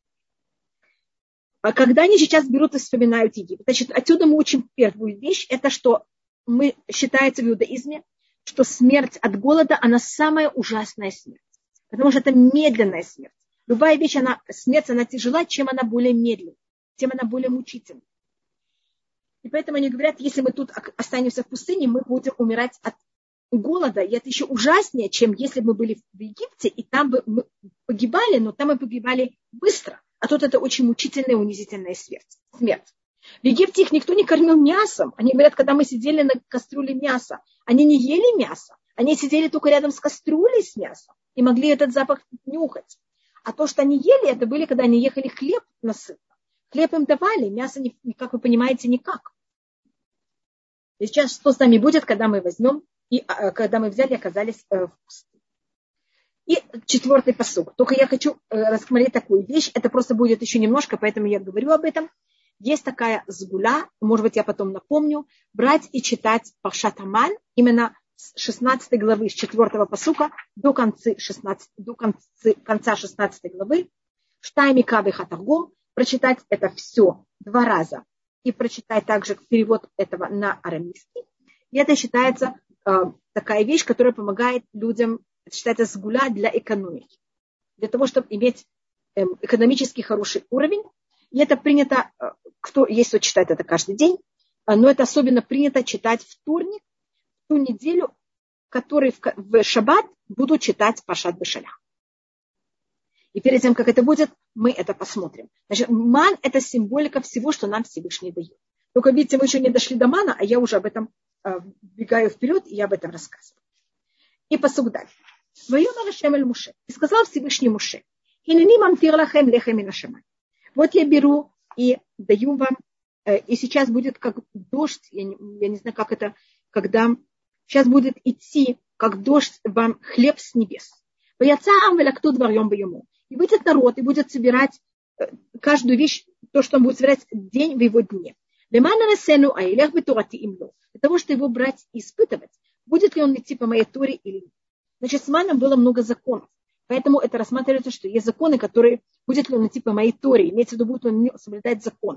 А когда они сейчас берут и вспоминают Египет, значит, отсюда мы учим первую вещь, это что мы, считается в иудаизме, что смерть от голода, она самая ужасная смерть, потому что это медленная смерть. Любая вещь, она, смерть, она тяжела, чем она более медленная, тем она более мучительна. И поэтому они говорят, если мы тут останемся в пустыне, мы будем умирать от голода, и это еще ужаснее, чем если бы мы были в Египте, и там бы мы погибали, но там мы погибали быстро. А тут это очень мучительная, унизительная смерть. В Египте их никто не кормил мясом. Они говорят, когда мы сидели на кастрюле мяса, они не ели мясо. Они сидели только рядом с кастрюлей с мясом и могли этот запах нюхать. А то, что они ели, это были, когда они ехали хлеб насытно. Хлеб им давали, мясо, как вы понимаете, никак. И сейчас что с нами будет, когда мы возьмем, и когда мы взяли и оказались в пустыне. И четвертый пасук. Только я хочу рассмотреть такую вещь. Это просто будет еще немножко, поэтому я говорю об этом. Есть такая сгуля, может быть, я потом напомню, брать и читать Паршат Аман именно с шестнадцатой главы, с четвертого пасука до конца шестнадцатой, до конца, конца шестнадцатой главы. Штайми кавы хатаргум. Прочитать это все два раза. И прочитать также перевод этого на арамейский. И это считается э, такая вещь, которая помогает людям, это считается сгуля для экономики. Для того, чтобы иметь э, экономически хороший уровень. И это принято, э, кто есть, кто читает это каждый день, э, но это особенно принято читать вторник, в ту неделю, который в, в шаббат будут читать Паршат Бешалях. И перед тем, как это будет, мы это посмотрим. Значит, ман – это символика всего, что нам Всевышний дает. Только, видите, мы еще не дошли до мана, а я уже об этом э, бегаю вперед, и я об этом рассказываю. И пасук дальше. И сказал Всевышний Моше, вот я беру и даю вам, э, и сейчас будет как дождь, я не, я не знаю, как это, когда сейчас будет идти, как дождь, вам хлеб с небес. И выйдет народ, и будет собирать каждую вещь, то, что он будет собирать день в его дне. Для того, чтобы его брать и испытывать, будет ли он идти по моей Торе или нет. Значит, с маном было много законов. Поэтому это рассматривается, что есть законы, которые, будет ли он идти по моей Торе, имеется в виду, будет он соблюдать законы.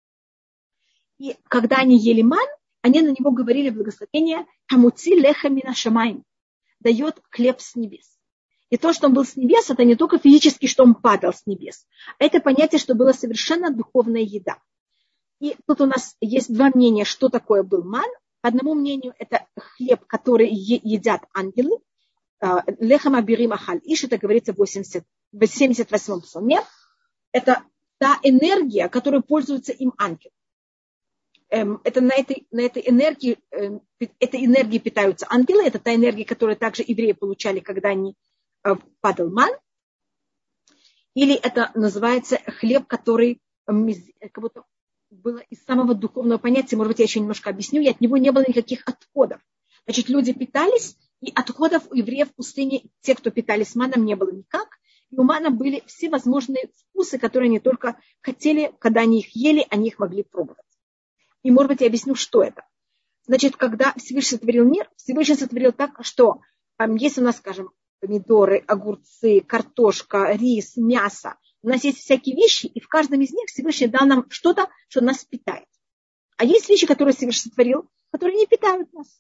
И когда они ели ман, они на него говорили благословение «Хамуци леха мина шамаим», дает хлеб с небес. И то, что он был с небес, это не только физически, что он падал с небес. А это понятие, что была совершенно духовная еда. И тут у нас есть два мнения, что такое был ман. По одному мнению, это хлеб, который едят ангелы. Лехам абирим ахаль иш, это говорится в семьдесят восьмом псалме. Это та энергия, которой пользуется им ангел. Это на этой, на этой энергии, этой энергией питаются ангелы. Это та энергия, которую также евреи получали, когда они падал ман. Или это называется хлеб, который как будто было из самого духовного понятия. Может быть, я еще немножко объясню. И от него не было никаких отходов. Значит, люди питались, и отходов у евреев в пустыне, те, кто питались маном, не было никак. И у мана были все возможные вкусы, которые они только хотели, когда они их ели, они их могли пробовать. И, может быть, я объясню, что это. Значит, когда Всевышний сотворил мир, Всевышний сотворил так, что там есть у нас, скажем, помидоры, огурцы, картошка, рис, мясо. У нас есть всякие вещи, и в каждом из них Всевышний дал нам что-то, что нас питает. А есть вещи, которые Всевышний сотворил, которые не питают нас.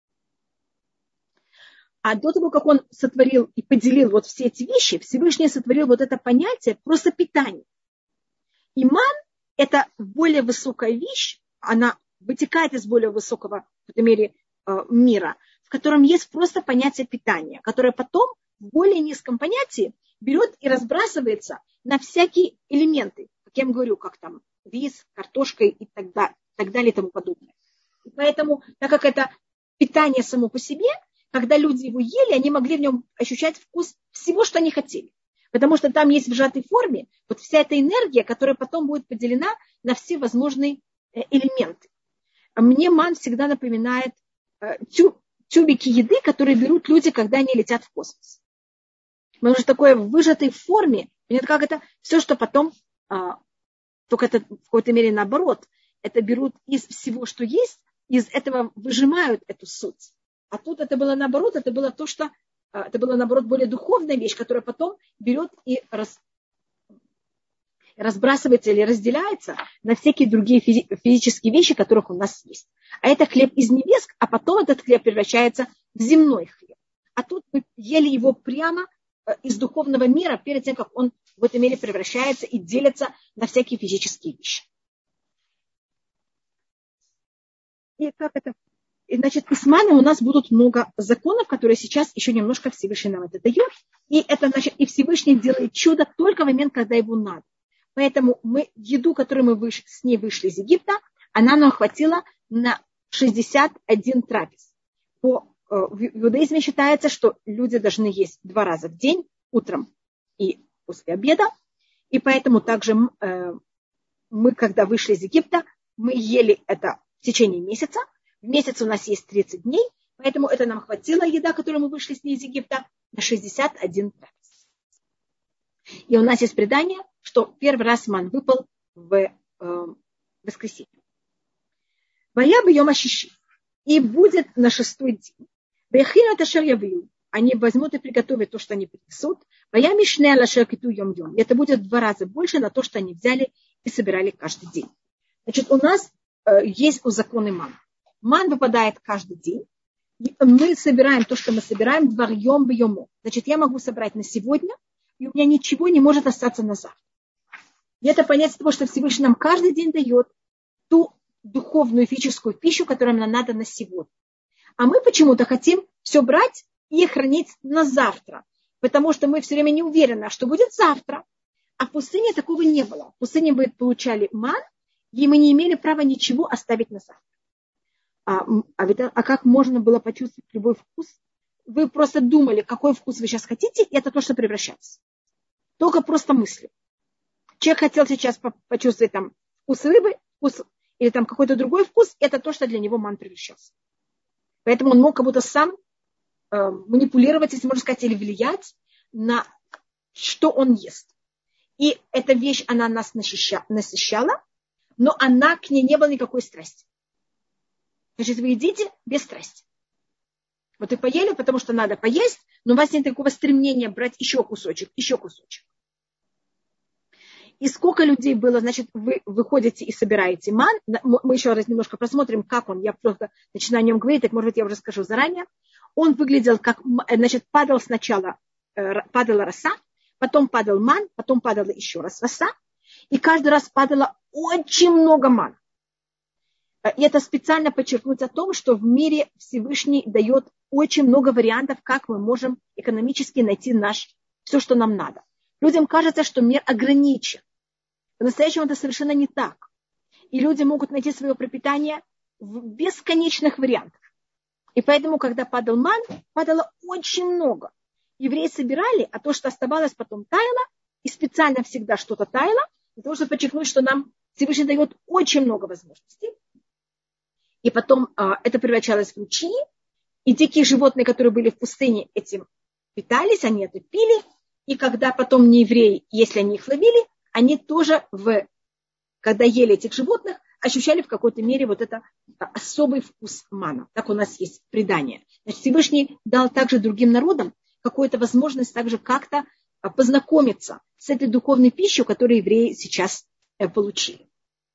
А до того, как он сотворил и поделил вот все эти вещи, Всевышний сотворил вот это понятие просто питания. И ман – это более высокая вещь, она вытекает из более высокого, в этой мере, мира, в котором есть просто понятие питания, которое потом в более низком понятии берет и разбрасывается на всякие элементы, как я вам говорю, как там рис, картошка и так далее, так далее и тому подобное. И поэтому, так как это питание само по себе, когда люди его ели, они могли в нем ощущать вкус всего, что они хотели. Потому что там есть в сжатой форме вот вся эта энергия, которая потом будет поделена на все возможные элементы. Мне ман всегда напоминает тюбики еды, которые берут люди, когда они летят в космос. Потому что такое в выжатой форме, как это все, что потом, только это в какой-то мере наоборот, это берут из всего, что есть, из этого выжимают эту суть. А тут это было наоборот, это было то, что, это было наоборот более духовная вещь, которая потом берет и раз, разбрасывается или разделяется на всякие другие физи, физические вещи, которых у нас есть. А это хлеб из небес, а потом этот хлеб превращается в земной хлеб. А тут мы ели его прямо из духовного мира, перед тем, как он в этом мире превращается и делится на всякие физические вещи. И как это? И, значит, из маны у нас будут много законов, которые сейчас еще немножко Всевышний нам это дает. И это, значит, и Всевышний делает чудо только в момент, когда его надо. Поэтому мы еду, которую мы вышли, с ней вышли из Египта, она нам хватила на шестьдесят один трапез. По, э, в иудаизме считается, что люди должны есть два раза в день, утром и после обеда. И поэтому также э, мы, когда вышли из Египта, мы ели это в течение месяца. В месяц у нас есть тридцать дней, поэтому это нам хватило еда, которую мы вышли с ней из Египта, на шестьдесят один трапез. И у нас есть предание, что первый раз ман выпал в э, воскресенье. Вая бьем ощищи. И будет на шестой день. Вяхину это шарьявью. Они возьмут и приготовят то, что они принесут. Вая мишне алашер киту йом-йом. Это будет в два раза больше на то, что они взяли и собирали каждый день. Значит, у нас э, есть законы ман. Ман выпадает каждый день. И мы собираем то, что мы собираем, дварьем бьему. Значит, я могу собрать на сегодня, и у меня ничего не может остаться на завтра. И это понятие того, что Всевышний нам каждый день дает ту духовную физическую пищу, которая нам надо на сегодня. А мы почему-то хотим все брать и хранить на завтра, потому что мы все время не уверены, что будет завтра. А в пустыне такого не было. В пустыне мы получали ман, и мы не имели права ничего оставить на завтра. А, а, ведь, а как можно было почувствовать любой вкус? Вы просто думали, какой вкус вы сейчас хотите, и это то, что превращается. Только просто мысли. Человек хотел сейчас почувствовать там вкус рыбы, вкус, или там какой-то другой вкус, это то, что для него ман превращался. Поэтому он мог как будто сам э, манипулировать, если можно сказать, или влиять на что он ест. И эта вещь, она нас насыщала, но она к ней не было никакой страсти. Значит, вы едите без страсти. Вот вы поели, потому что надо поесть, но у вас нет такого стремления брать еще кусочек, еще кусочек. И сколько людей было, значит, вы выходите и собираете ман. Мы еще раз немножко посмотрим, как он. Я просто начинаю о нем говорить, так, может быть, я уже скажу заранее. Он выглядел как, значит, падал сначала, падала роса, потом падал ман, потом падала еще раз роса. И каждый раз падало очень много ман. И это специально подчеркнуть о том, что в мире Всевышний дает очень много вариантов, как мы можем экономически найти наш, все, что нам надо. Людям кажется, что мир ограничен. По-настоящему это совершенно не так. И люди могут найти свое пропитание в бесконечных вариантах. И поэтому, когда падал ман, падало очень много. Евреи собирали, а то, что оставалось, потом таяло, и специально всегда что-то таяло, для того, чтобы подчеркнуть, что нам Всевышний дает очень много возможностей. И потом а, это превращалось в ручьи, и дикие животные, которые были в пустыне, этим питались, они это пили, и когда потом неевреи, если они их ловили, они тоже, в, когда ели этих животных, ощущали в какой-то мере вот это особый вкус мана. Так у нас есть предание. Значит, Всевышний дал также другим народам какую-то возможность также как-то познакомиться с этой духовной пищей, которую евреи сейчас получили.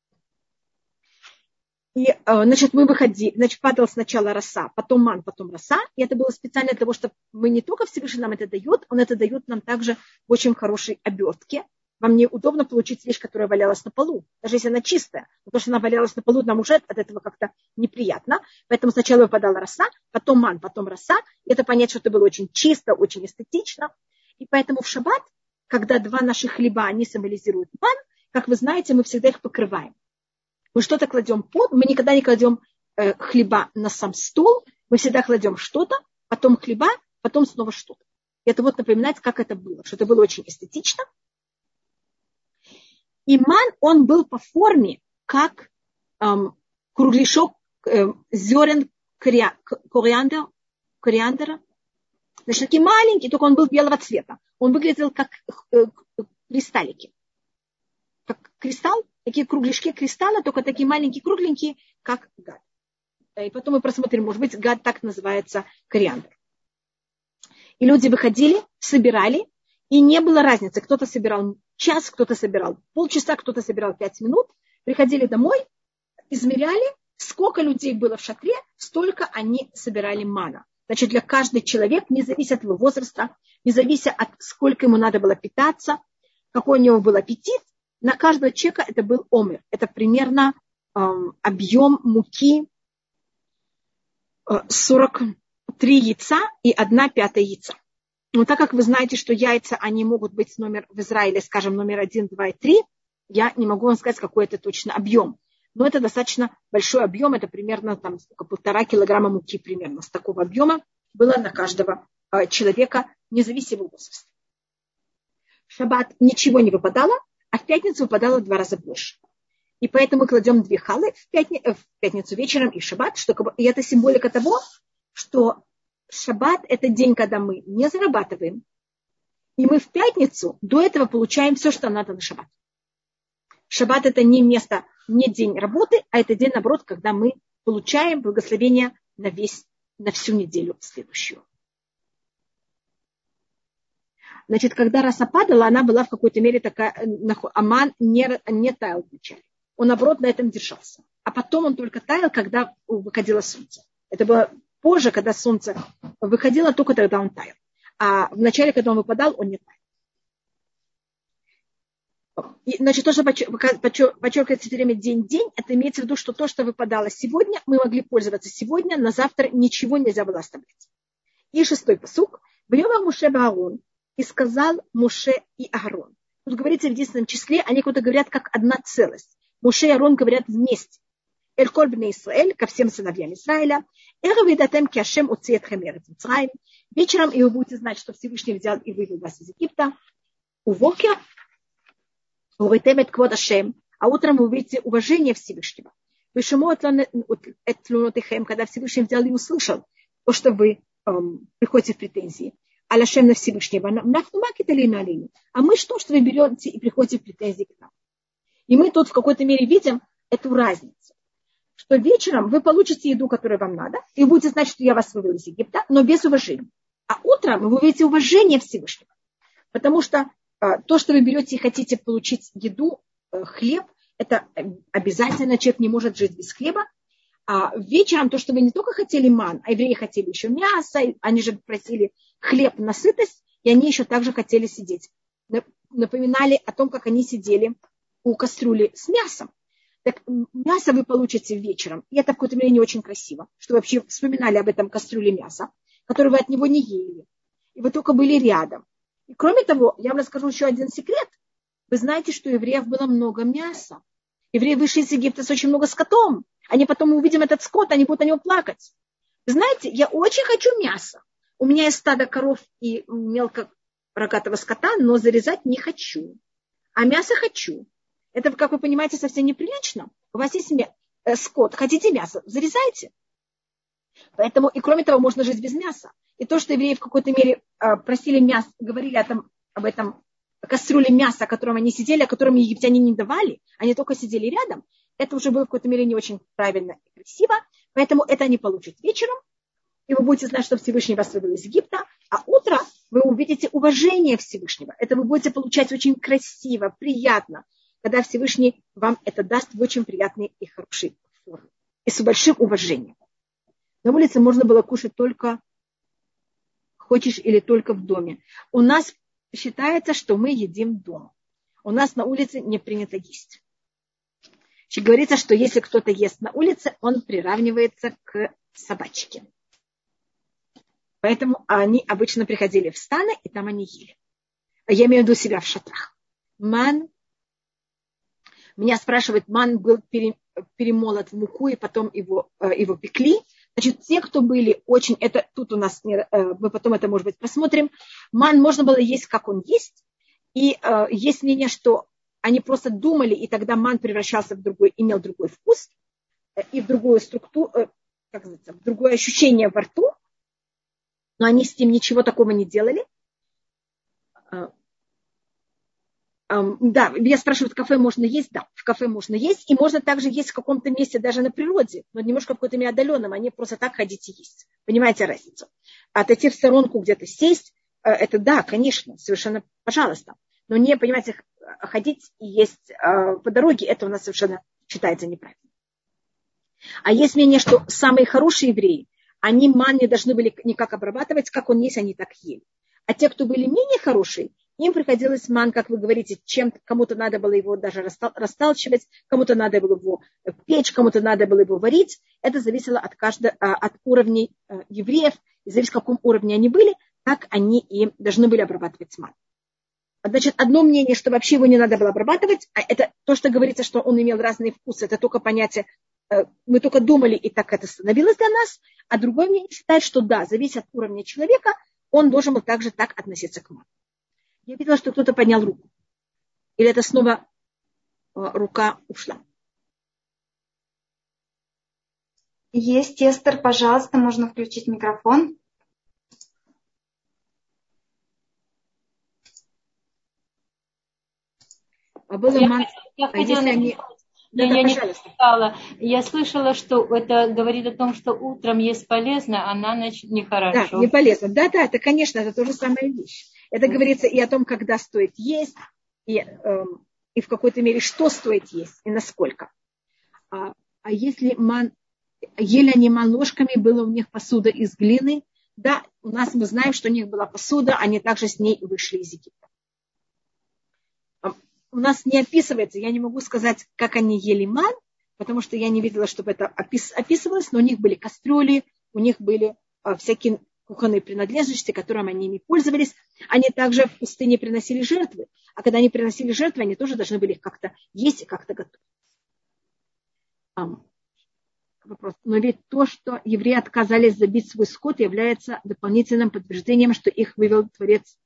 И, значит, мы выходили, значит, падала сначала роса, потом ман, потом роса. И это было специально для того, чтобы мы не только Всевышний нам это дает, он это дает нам также в очень хорошей обертке. Вам неудобно получить вещь, которая валялась на полу, даже если она чистая. Но то, что она валялась на полу, нам уже от этого как-то неприятно. Поэтому сначала выпадала роса, потом ман, потом роса. И это понять, что это было очень чисто, очень эстетично. И поэтому в шаббат, когда два наших хлеба, они символизируют ман, как вы знаете, мы всегда их покрываем. Мы что-то кладем под, мы никогда не кладем э, хлеба на сам стол, мы всегда кладем что-то, потом хлеба, потом снова что-то. И это вот напоминает, как это было, что это было очень эстетично. И ман, он был по форме, как эм, кругляшок э, зерен кориандра, кориандра. Значит, такие маленькие, только он был белого цвета. Он выглядел как э, кристаллики. Как кристалл, такие кругляшки кристалла, только такие маленькие, кругленькие, как гад. И потом мы просмотрим, может быть, гад так называется кориандр. И люди выходили, собирали, и не было разницы. Кто-то собирал час, кто-то собирал полчаса, кто-то собирал пять минут. Приходили домой, измеряли, сколько людей было в шатре, столько они собирали мана. Значит, для каждого человека, не завися от его возраста, не завися от сколько ему надо было питаться, какой у него был аппетит, на каждого человека это был омер. Это примерно эм, объем муки э, сорок три яйца и одна пятая яйца. Но так как вы знаете, что яйца, они могут быть номер в Израиле, скажем, номер один, два и три, я не могу вам сказать, какой это точно объем. Но это достаточно большой объем, это примерно там, полтора килограмма муки примерно с такого объема было на каждого э, человека, независимо от возраста. В шаббат ничего не выпадало, а в пятницу выпадало в два раза больше. И поэтому мы кладем две халы в, пятни... в пятницу вечером и в шаббат, что... и это символика того, что шаббат – это день, когда мы не зарабатываем, и мы в пятницу до этого получаем все, что надо на шаббат. Шаббат – это не место, не день работы, а это день, наоборот, когда мы получаем благословение на, весь, на всю неделю следующую. Значит, когда роса падала, она была в какой-то мере такая, аман не, не таял вначале. Он, наоборот, на этом держался. А потом он только таял, когда выходило солнце. Это было позже, когда солнце выходило, только тогда он таял. А вначале, когда он выпадал, он не таял. И, значит, то, что подчеркивается все время день-день, это имеется в виду, что то, что выпадало сегодня, мы могли пользоваться сегодня, на завтра ничего нельзя было оставлять. И шестой пасук. «Вьёмар Моше бе-Аарон». И сказал Моше и Аарон. Тут говорится в единственном числе, они как-то говорят как одна целость. Моше и Аарон говорят вместе. Эль коль бней Исраэль, ко всем сыновьям Израиля. Эрев видатем ки Ашем уци этхем эрец Мицраим. Вечером и вы будете знать, что Всевышний взял и вывел вас из Египта. Увокер увидите квод Ашем. А утром вы увидите уважение Всевышнего. Вышему этлунотихем, когда Всевышний взял и услышал то, что вы эм, приходите в претензии. Алашем на Всевышнего. А мы что, что вы берете и приходите в претензии к нам? И мы тут в какой-то мере видим эту разницу. Что вечером вы получите еду, которую вам надо, и будете знать, что я вас вывел из Египта, но без уважения. А утром вы увидите уважение Всевышнего. Потому что э, то, что вы берете и хотите получить еду, э, хлеб, это обязательно, человек не может жить без хлеба. А вечером то, что вы не только хотели ман, а евреи хотели еще мясо, они же просили хлеб на сытость, и они еще также хотели сидеть. Напоминали о том, как они сидели у кастрюли с мясом. Так мясо вы получите вечером, и это в какой-то мере не очень красиво, что вы вообще вспоминали об этом кастрюле мяса, которое вы от него не ели, и вы только были рядом. И кроме того, я вам расскажу еще один секрет. Вы знаете, что у евреев было много мяса. Евреи вышли из Египта с очень много скотом. Они потом, мы увидим этот скот, они будут на него плакать. Вы знаете, я очень хочу мяса. У меня есть стадо коров и мелко рогатого скота, но зарезать не хочу. А мясо хочу. Это, как вы понимаете, совсем неприлично. У вас есть мя- э, скот, хотите мясо, зарезайте. Поэтому, и кроме того, можно жить без мяса. И то, что евреи в какой-то мере э, просили мясо, говорили о том, об этом кастрюле мяса, о котором они сидели, о котором египтяне не давали, они только сидели рядом, это уже было в какой-то мере не очень правильно и красиво, поэтому это они получат вечером, и вы будете знать, что Всевышний вас вывел из Египта, а утро вы увидите уважение Всевышнего. Это вы будете получать очень красиво, приятно, когда Всевышний вам это даст в очень приятной и хорошей форме. И с большим уважением. На улице можно было кушать только хочешь или только в доме. У нас считается, что мы едим дома. У нас на улице не принято есть. Еще говорится, что если кто-то ест на улице, он приравнивается к собачке. Поэтому они обычно приходили в станы, и там они ели. Я имею в виду себя в шатрах. Ман. Меня спрашивают, ман был перемолот в муку, и потом его, его пекли. Значит, те, кто были очень... Это тут у нас... Мы потом это, может быть, посмотрим. Ман можно было есть, как он есть. И э, есть мнение, что они просто думали, и тогда ман превращался в другой, имел другой вкус, э, и в другую структуру, э, как называется, в другое ощущение во рту. Но они с ним ничего такого не делали. Э, э, да, я спрашиваю, в кафе можно есть? Да, в кафе можно есть. И можно также есть в каком-то месте, даже на природе, но немножко в какой-то мере отдаленном, а не просто так ходить и есть. Понимаете разницу? Отойти в сторонку где-то сесть, э, это да, конечно, совершенно, пожалуйста. Но не, понимаете, ходить и есть э, по дороге, это у нас совершенно считается неправильно. А есть мнение, что самые хорошие евреи, они ман не должны были никак обрабатывать, как он есть, они так ели. А те, кто были менее хорошие, им приходилось ман, как вы говорите, чем кому-то надо было его даже расталчивать, кому-то надо было его печь, кому-то надо было его варить. Это зависело от, каждого, от уровней евреев, и зависит, в каком уровне они были, так они и должны были обрабатывать ман. Значит, одно мнение, что вообще его не надо было обрабатывать, а это то, что говорится, что он имел разные вкусы, это только понятие, мы только думали, и так это становилось для нас, а другое мнение считает, что да, зависит от уровня человека, он должен был также так относиться к ману. Я видела, что кто-то поднял руку. Или это снова рука ушла. Есть, Эстер, пожалуйста, можно включить микрофон. А было я, ман... я, а если они... я, да, я да, не слышала. Я слышала, что это говорит о том, что утром есть полезно, а на ночь нехорошо. Да, не полезно. Да, да, это, конечно, это тоже самая вещь. Это говорится и о том, когда стоит есть, и, эм, и в какой-то мере, что стоит есть, и насколько. А, а если ман... ели они ман ложками, была у них посуда из глины, да, у нас мы знаем, что у них была посуда, они также с ней вышли из Египта. У нас не описывается, я не могу сказать, как они ели ман, потому что я не видела, чтобы это опис, описывалось, но у них были кастрюли, у них были а, всякие кухонные принадлежности, которыми они ими пользовались. Они также в пустыне приносили жертвы, а когда они приносили жертвы, они тоже должны были их как-то есть и как-то готовить. А, вопрос. Но ведь то, что евреи отказались забить свой скот, является дополнительным подтверждением, что их вывел Творец.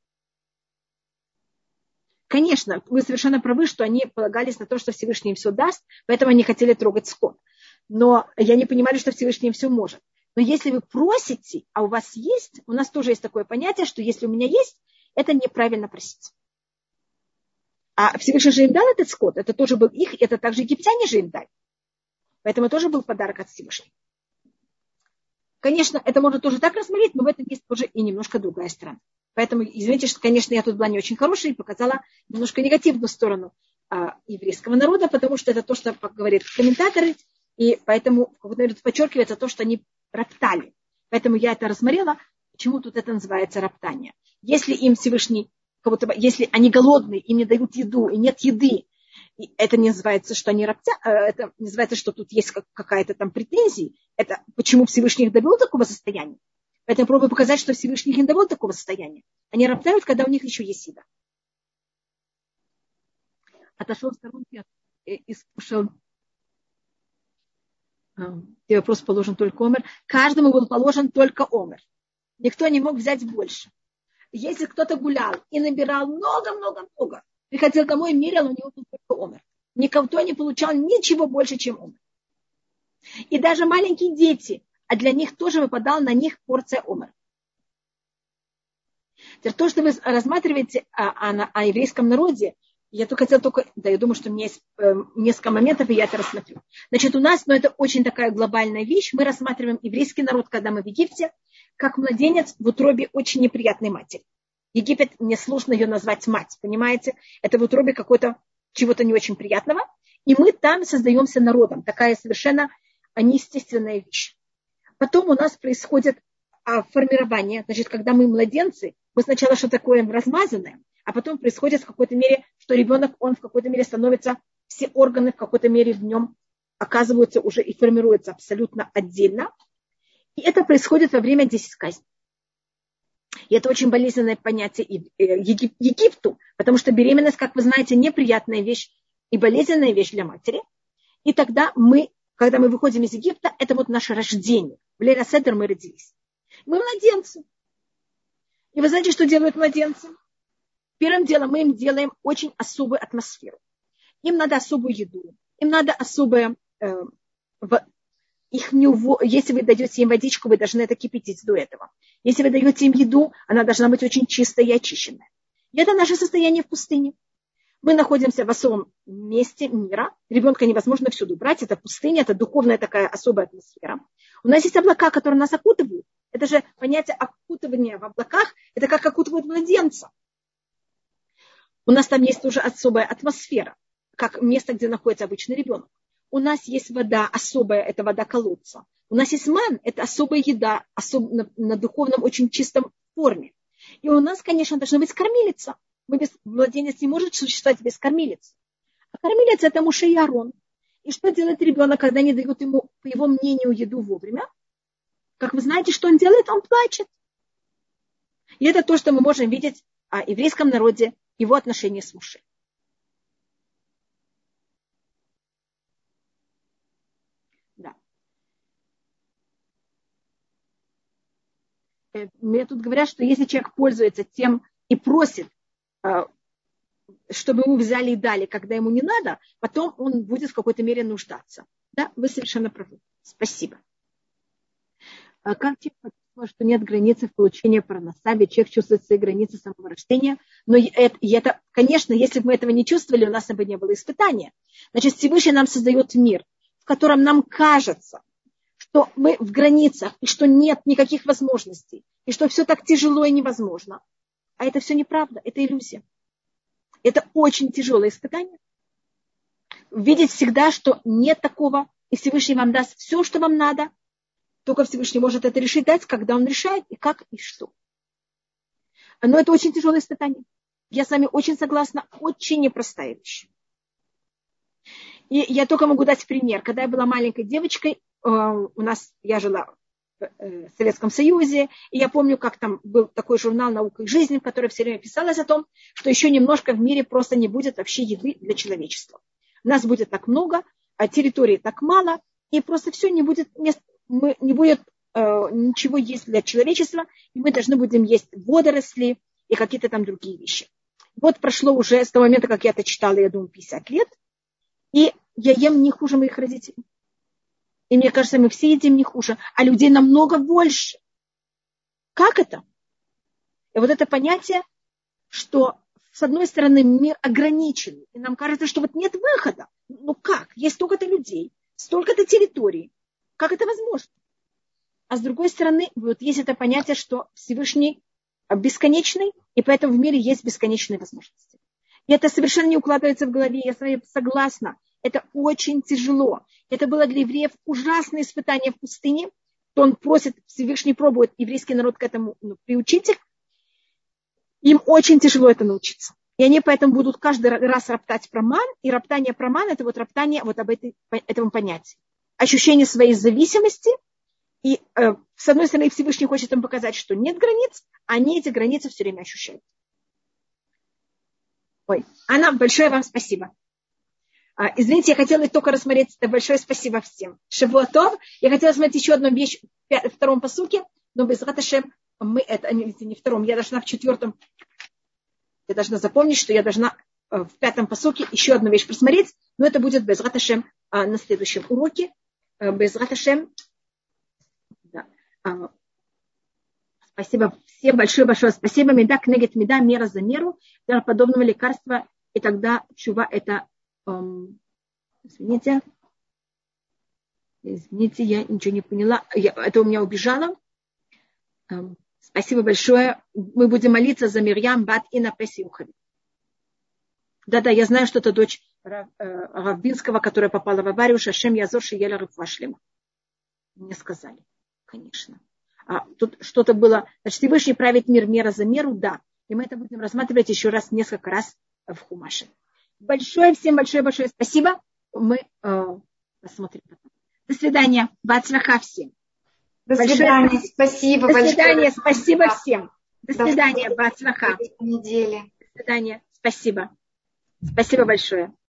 Конечно, вы совершенно правы, что они полагались на то, что Всевышний им все даст, поэтому они хотели трогать скот. Но я не понимали, что Всевышний им все может. Но если вы просите, а у вас есть, у нас тоже есть такое понятие, что если у меня есть, это неправильно просить. А Всевышний же им дал этот скот, это тоже был их, это также египтяне же им дали. Поэтому тоже был подарок от Всевышнего. Конечно, это можно тоже так рассмотреть, но в этом есть тоже и немножко другая сторона. Поэтому, извините, что, конечно, я тут была не очень хорошая и показала немножко негативную сторону а, еврейского народа, потому что это то, что говорят комментаторы, и поэтому тут подчеркивается то, что они роптали. Поэтому я это рассмотрела, почему тут это называется роптание. Если им Всевышний, как будто бы, если они голодные, им не дают еду, и нет еды, и это не называется, что они роптят, это не называется, что тут есть какая-то там претензия, это почему Всевышний их довел до такого состояния. Поэтому я пробую показать, что Всевышний их не довел до такого состояния. Они роптают, когда у них еще есть еда. отошел в сторонку и скушал. Тебе вопрос положен только омер. Каждому был положен только омер. Никто не мог взять больше. Если кто-то гулял и набирал много-много-много, приходил домой, мерял, у него был только омер. Никто не получал ничего больше, чем омер. И даже маленькие дети, а для них тоже выпадала на них порция омер. То, что вы рассматриваете о, о, о еврейском народе, я только хотела только, да, я думаю, что у меня есть э, несколько моментов, и я это рассмотрю. Значит, у нас, ну, это очень такая глобальная вещь. Мы рассматриваем еврейский народ, когда мы в Египте, как младенец в утробе очень неприятной матери. Египет, мне сложно ее назвать мать, понимаете? Это в утробе какого-то чего-то не очень приятного. И мы там создаемся народом. Такая совершенно неестественная вещь. Потом у нас происходит а, формирование. Значит, когда мы младенцы, мы сначала что такое размазанное, а потом происходит в какой-то мере, что ребенок, он в какой-то мере становится, все органы в какой-то мере в нем оказываются уже и формируются абсолютно отдельно. И это происходит во время десяти казней. И это очень болезненное понятие Египту, потому что беременность, как вы знаете, неприятная вещь и болезненная вещь для матери. И тогда мы, когда мы выходим из Египта, это вот наше рождение. В Лейла Седер мы родились. Мы младенцы. И вы знаете, что делают младенцы? Первым делом мы им делаем очень особую атмосферу. Им надо особую еду. Им надо особое... Э, в, их не ув... Если вы даете им водичку, вы должны это кипятить до этого. Если вы даете им еду, она должна быть очень чистая и очищенная. И это наше состояние в пустыне. Мы находимся в особом месте мира. Ребенка невозможно всюду брать. Это пустыня, это духовная такая особая атмосфера. У нас есть облака, которые нас окутывают. Это же понятие окутывания в облаках. Это как окутывают младенца. У нас там есть уже особая атмосфера, как место, где находится обычный ребенок. У нас есть вода особая, это вода колодца. У нас есть ман, это особая еда, особ... на, на духовном очень чистом форме. И у нас, конечно, должна быть кормилица. Мы без... Младенец не может существовать без кормилицы. А кормилица – это Моше и Аарон. И что делает ребенок, когда не дают ему, по его мнению, еду вовремя? Как вы знаете, что он делает? Он плачет. И это то, что мы можем видеть о еврейском народе, его отношения с Моше. Да. Мне тут говорят, что если человек пользуется тем и просит, чтобы ему взяли и дали, когда ему не надо, потом он будет в какой-то мере нуждаться. Да, вы совершенно правы. Спасибо. Как человек почувствовал, что нет границы в получении парносаби, человек чувствует свои границы самого рождения, но это, и это, конечно, если бы мы этого не чувствовали, у нас бы не было испытания. Значит, Всевышний нам создает мир, в котором нам кажется, что мы в границах, и что нет никаких возможностей, и что все так тяжело и невозможно. А это все неправда, это иллюзия. Это очень тяжелое испытание. Видеть всегда, что нет такого, и Всевышний вам даст все, что вам надо. Только Всевышний может это решить дать, когда он решает, и как, и что. Но это очень тяжелое испытание. Я с вами очень согласна, очень непростая вещь. И я только могу дать пример. Когда я была маленькой девочкой, у нас, я жила в Советском Союзе, и я помню, как там был такой журнал «Наука и жизнь», в котором все время писалось о том, что еще немножко в мире просто не будет вообще еды для человечества. Нас будет так много, а территории так мало, и просто все не будет мест, мы, не будет э, ничего есть для человечества, и мы должны будем есть водоросли и какие-то там другие вещи. Вот прошло уже с того момента, как я это читала, я думаю, пятьдесят лет, и я ем не хуже моих родителей. И мне кажется, мы все едим не хуже, а людей намного больше. Как это? И вот это понятие, что с одной стороны мир ограничен, и нам кажется, что вот нет выхода. Ну как? Есть столько-то людей, столько-то территорий. Как это возможно? А с другой стороны, вот есть это понятие, что Всевышний бесконечный, и поэтому в мире есть бесконечные возможности. И это совершенно не укладывается в голове, я с вами согласна. Это очень тяжело. Это было для евреев ужасное испытание в пустыне. То он просит, Всевышний пробует еврейский народ к этому ну, приучить их. Им очень тяжело это научиться. И они поэтому будут каждый раз роптать про ман. И роптание про ман – это вот роптание вот об этой, этом понятии. Ощущение своей зависимости. И э, с одной стороны Всевышний хочет им показать, что нет границ, а они эти границы все время ощущают. Ой, Анна, большое вам спасибо. А, извините, я хотела только рассмотреть. Большое спасибо всем. Шавуатов. Я хотела рассмотреть еще одну вещь в втором пасуке, но без раташем мы это не, не втором. Я должна в четвертом. Я должна запомнить, что я должна в пятом пасуке еще одну вещь просмотреть, но это будет без раташем на следующем уроке. Без раташем. Да. Спасибо всем, большое-большое спасибо. Меда кнегет меда, мера за меру, подобного лекарства, и тогда чува это, эм, извините, извините, я ничего не поняла, я, это у меня убежало. Эм, спасибо большое. Мы будем молиться за Мирьям бат Ина Песиухави. Да-да, я знаю, что это дочь Рав, э, Равбинского, которая попала в аварию. Шашем Язор Шиеля Рыфашлема. Мне сказали, конечно. А тут что-то было, значит, Всевышний правит мир мера за меру, да. И мы это будем рассматривать еще раз, несколько раз в Хумаше. Большое всем, большое-большое спасибо. Мы э, посмотрим потом. До свидания. Бацлаха всем. До свидания. Большое... Спасибо До большое. свидания. Спасибо всем. До, До свидания. Бацлаха. До недели. До свидания. Спасибо. Спасибо большое.